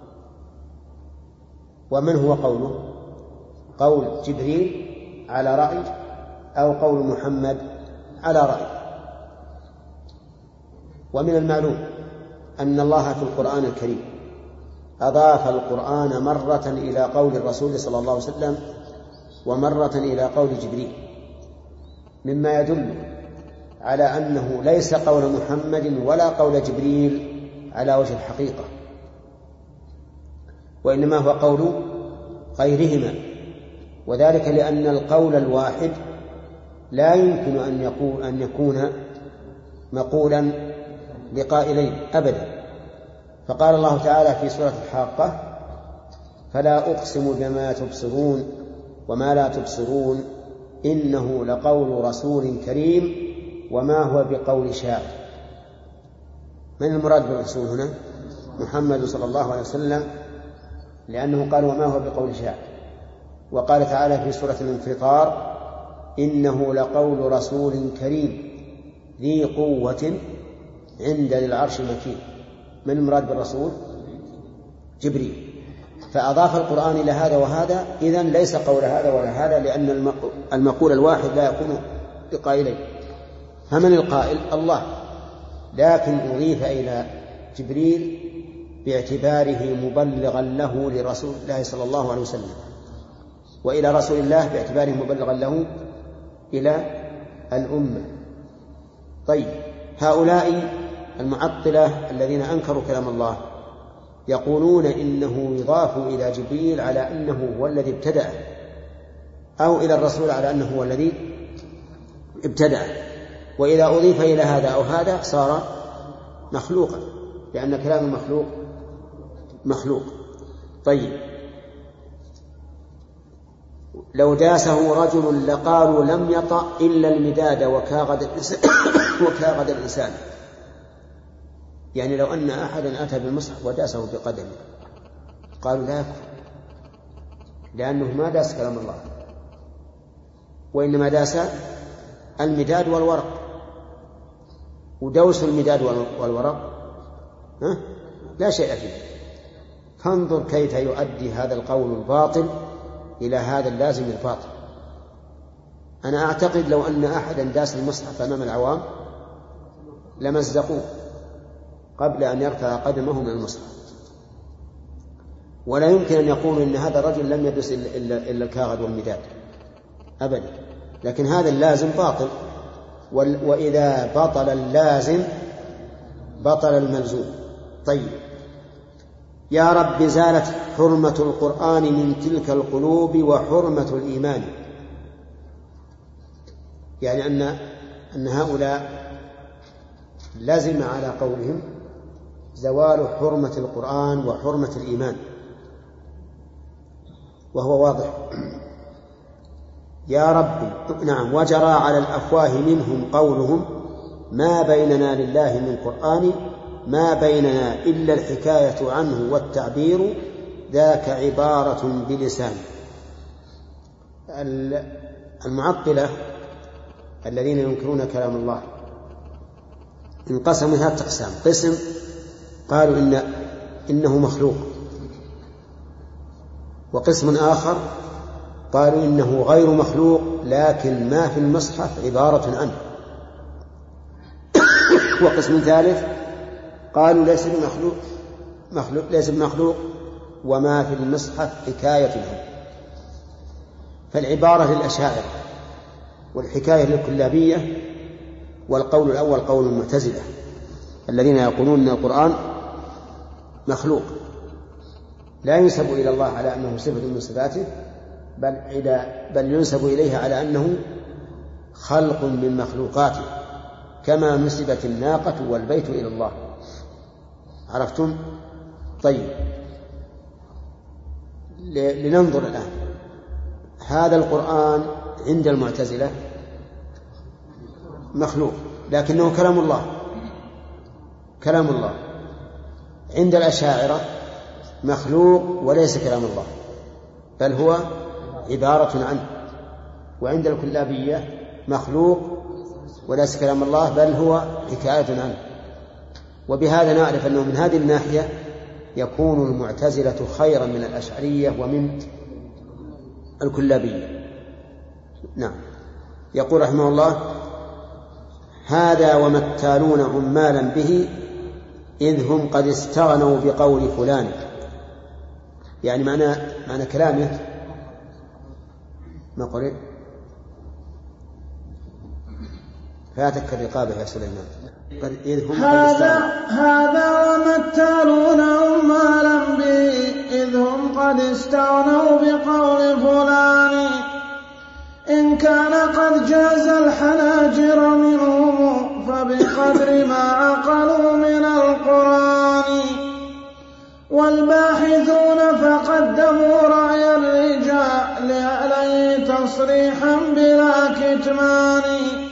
ومن هو قوله؟ قول جبريل على رأي أو قول محمد على رأي. ومن المعلوم أن الله في القرآن الكريم أضاف القرآن مرة إلى قول الرسول صلى الله عليه وسلم ومرة إلى قول جبريل، مما يدل على أنه ليس قول محمد ولا قول جبريل على وجه الحقيقة، وإنما هو قول غيرهما، وذلك لأن القول الواحد لا يمكن أن يكون, أن يكون مقولا لقائلين أبدا. فقال الله تعالى في سورة الحاقة: فلا أقسم بما تبصرون وما لا تبصرون إنه لقول رسول كريم وما هو بقول شاعر. من المراد بالرسول هنا؟ محمد صلى الله عليه وسلم، لأنه قال وما هو بقول شاعر. وقال تعالى في سورة الانفطار: إنه لقول رسول كريم ذي قوة عند ذي العرش مكين. من المراد بالرسول؟ جبريل. فأضاف القرآن إلى هذا وهذا، إذن ليس قول هذا ولا هذا، لأن المقول الواحد لا يكون بقائلين. فمن القائل؟ الله، لكن أضيف إلى جبريل باعتباره مبلغا له لرسول الله صلى الله عليه وسلم، وإلى رسول الله باعتباره مبلغا له إلى الأمة. طيب، هؤلاء المعطلة الذين أنكروا كلام الله يقولون إنه يضاف إلى جبريل على أنه هو الذي ابتدأ، أو إلى الرسول على أنه هو الذي ابتدأ، وإذا أضيف إلى هذا أو هذا صار مخلوقا، لأن كلام المخلوق مخلوق. طيب، لو داسه رجل لقالوا لم يطأ إلا المداد وكاغد وكاغد الإنسان. يعني لو أن أحدا أتى بالمصحف وداسه بقدمه قالوا لا يكفر، لأنه ما داس كلام الله، وإنما داس المداد والورق. ودوس المداد والورق ها؟ لا شيء فيه. فانظر كيف يؤدي هذا القول الباطل إلى هذا اللازم الباطل. أنا أعتقد لو أن أحدا داس المصحف أمام العوام لمزقوه قبل أن يرفع قدمه من المصحف، ولا يمكن أن يقول إن هذا الرجل لم يدس إلا الكاغد والمداد أبدا. لكن هذا اللازم باطل، وإذا بطل اللازم بطل الملزوم. طيب، يا رب زالت حرمة القرآن من تلك القلوب وحرمة الإيمان. يعني أن أن هؤلاء لازم على قولهم زوال حرمة القرآن وحرمة الإيمان، وهو واضح. يا ربي نعم وجرى على الأفواه منهم قولهم ما بيننا لله من قرآن ما بيننا إلا الحكاية عنه والتعبير ذاك عبارة بلسان. المعطلة الذين ينكرون كلام الله انقسموا ثلاثة أقسام. قسم قالوا إن إنه مخلوق، وقسم آخر قالوا إنه غير مخلوق لكن ما في المصحف عبارة عنه، وقسم ثالث قالوا ليس بمخلوق مخلوق ليس بمخلوق وما في المصحف حكاية عنه. فالعبارة للأشاعرة والحكاية للكلابية، والقول الأول قول المعتزلة الذين يقولون أن القرآن مخلوق لا ينسب إلى الله على أنه صفة من صفاته، بل, بل ينسب إليه على أنه خلق من مخلوقاته، كما نسبت الناقة والبيت إلى الله. عرفتم؟ طيب، لننظر الآن. هذا القرآن عند المعتزلة مخلوق لكنه كلام الله كلام الله عند الأشاعرة مخلوق وليس كلام الله بل هو عبارة عنه، وعند الكلابية مخلوق وليس كلام الله بل هو حكاية عنه. وبهذا نعرف أنه من هذه الناحية يكون المعتزلة خيرا من الأشعرية ومن الكلابية. نعم. يقول رحمه الله: هذا ومتالون عمالا به إذ هم قد استغنوا بقول فلان. يعني معنى, معنى كلامه ما قرئ فاتك الرقابة يا سليمان. إذ هم هذا, هذا ومتالون عمالا به إذ هم قد استغنوا بقول فلان إن كان قد جاز الحناجر منهم فبقدر ما عقلوا من القرآن. والباحثون فقدموا رأي الرجال عليه تصريحا بلا كتمان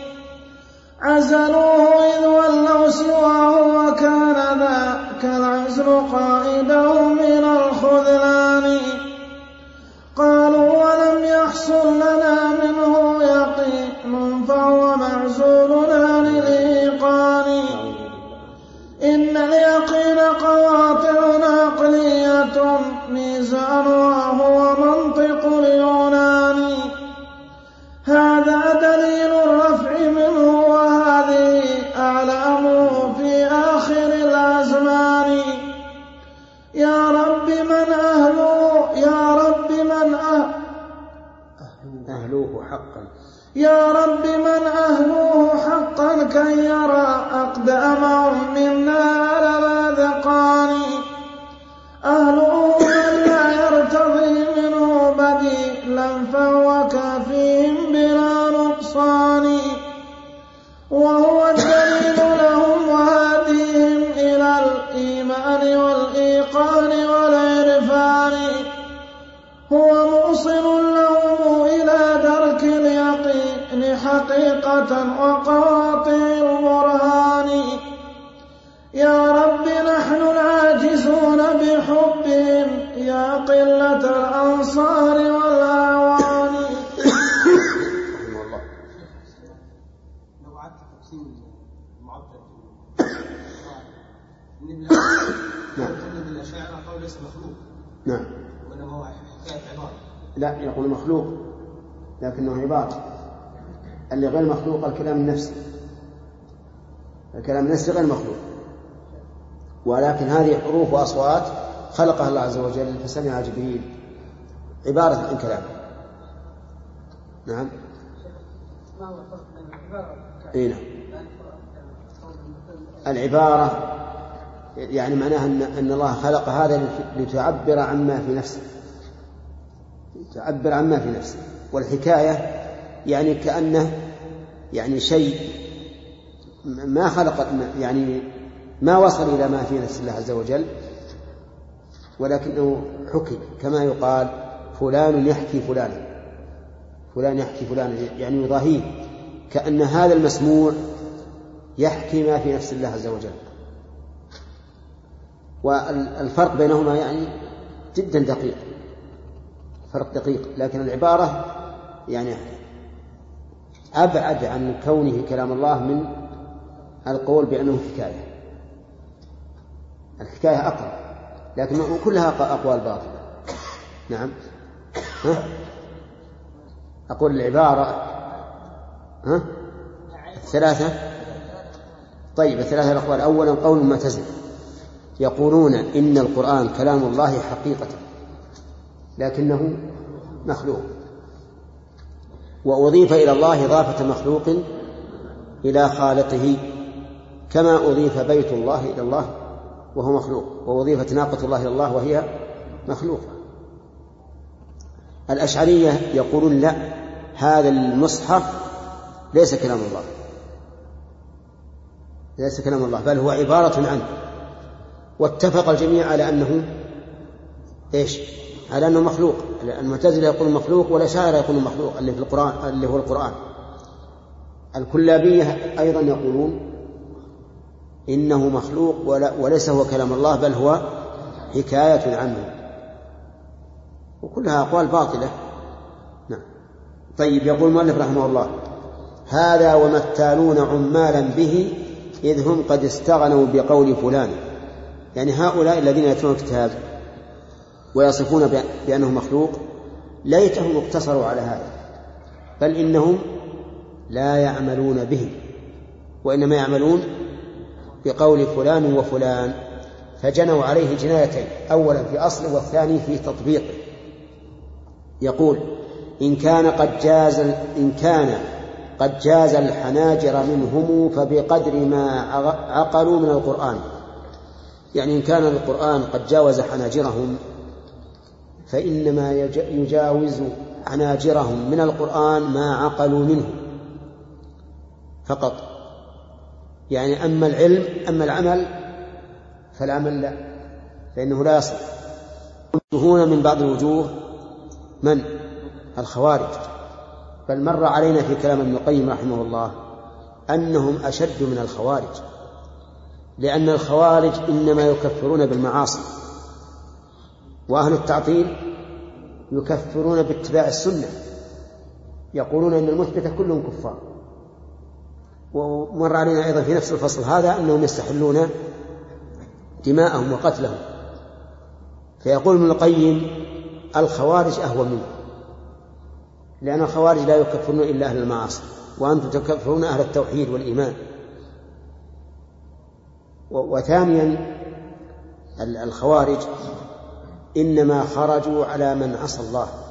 عزلوه إذ ولوا سواه وكان ذاك العزل قائدهم من الخذلان. قالوا ولم يحصل لنا منه يقين فهو معزولنا للإيقان. إن اليقين قواطع عقلية ميزانها هو منطق اليونان. هذا دليل الرفع منه وهذه أعلامه في آخر الأزمان. يا رب من أهله يا رب من أهله أهلوه حقا يا رب من أهلوه حقا كي يرى أقدامهم منا على الأذقان. أهلوه من لا يرتضي منه بديلا فهو كافيهم بلا نقصان. وهو الدليل لهم وهديهم إلى الإيمان والإيقان والعرفان. هو موصل لهم إلى درك اليقين حقيقة وقواطع البرهان. يا رب نحن العاجزون بحبهم يا قلة الأنصار والأعوان. لو عدت تفسير المعطل من الأشاعرة قول ليس مخلوق. نعم. وإنما هو حكاية عبارة. لا يقول مخلوق لكنه عبارة. اللي غير مخلوق الكلام النفسي، الكلام النفسي غير مخلوق، ولكن هذه حروف وأصوات خلقها الله عز وجل فسمع جبريل عبارة عن كلام. نعم. ما هو الفرق بين العبارة إيه نعم. العبارة يعني معناها أن, أن الله خلق هذا لتعبر عما في نفسه تعبر عما في نفسه. والحكاية يعني كأنه يعني شيء ما خلق يعني ما وصل إلى ما في نفس الله عز وجل، ولكنه حكي، كما يقال فلان يحكي فلانا، فلان يحكي فلانا يعني يضاهيه، كأن هذا المسموع يحكي ما في نفس الله عز وجل. والفرق بينهما يعني جدا دقيق، فرق دقيق، لكن العبارة يعني أبعد عن كونه كلام الله من القول بأنه حكاية. الحكاية أقرب، لكن كلها أقوال باطلة. نعم. ها؟ أقول العبارة ها؟ الثلاثة. طيب الثلاثة الأقوال. أولا قول المعتزلة يقولون إن القرآن كلام الله حقيقة لكنه مخلوق، وأضيف إلى الله إضافة مخلوق إلى خالقه، كما أضيف بيت الله إلى الله وهو مخلوق، وأضيفت ناقة الله إلى الله وهي مخلوقة. الأشعرية يقولون لا، هذا المصحف ليس كلام الله، ليس كلام الله بل هو عبارة عنه. واتفق الجميع على أنه إيش؟ على أنه مخلوق. المعتزلة يقولون مخلوق، والأشاعرة يقولون مخلوق اللي في القرآن اللي هو القرآن. الكلابية أيضا يقولون إنه مخلوق وليس هو كلام الله بل هو حكاية عنه، وكلها أقوال باطلة. نعم. طيب يقول المؤلف رحمه الله: هذا ومثالون عمالا به إذ هم قد استغنوا بقول فلان. يعني هؤلاء الذين يتلون الكتاب ويصفون بأنه مخلوق ليتهم اقتصروا على هذا، بل إنهم لا يعملون به، وإنما يعملون بقول فلان وفلان، فجنوا عليه جنايتين: أولا في أصله، والثاني في تطبيقه. يقول: إن كان قد جاز إن كان قد جاز الحناجر منهم فبقدر ما عقلوا من القرآن. يعني إن كان القرآن قد جاوز حناجرهم فإنما يجاوز حناجرهم من القرآن ما عقلوا منه فقط. يعني أما العلم أما العمل فالعمل لا، فإنه لا يصل. هنا من بعض الوجوه من الخوارج، بل مر علينا في كلام ابن القيم رحمه الله أنهم أشد من الخوارج، لأن الخوارج إنما يكفرون بالمعاصي، وأهل التعطيل يكفرون باتباع السنة، يقولون إن المثبت كلهم كفار. ومر علينا أيضا في نفس الفصل هذا أنهم يستحلون دماءهم وقتلهم. فيقول ابن القيم: الخوارج أهون منه، لأن الخوارج لا يكفرون إلا أهل المعاصي، وأنتم تكفرون أهل التوحيد والإيمان. وثانيا الخوارج إنما خرجوا على من عصى الله،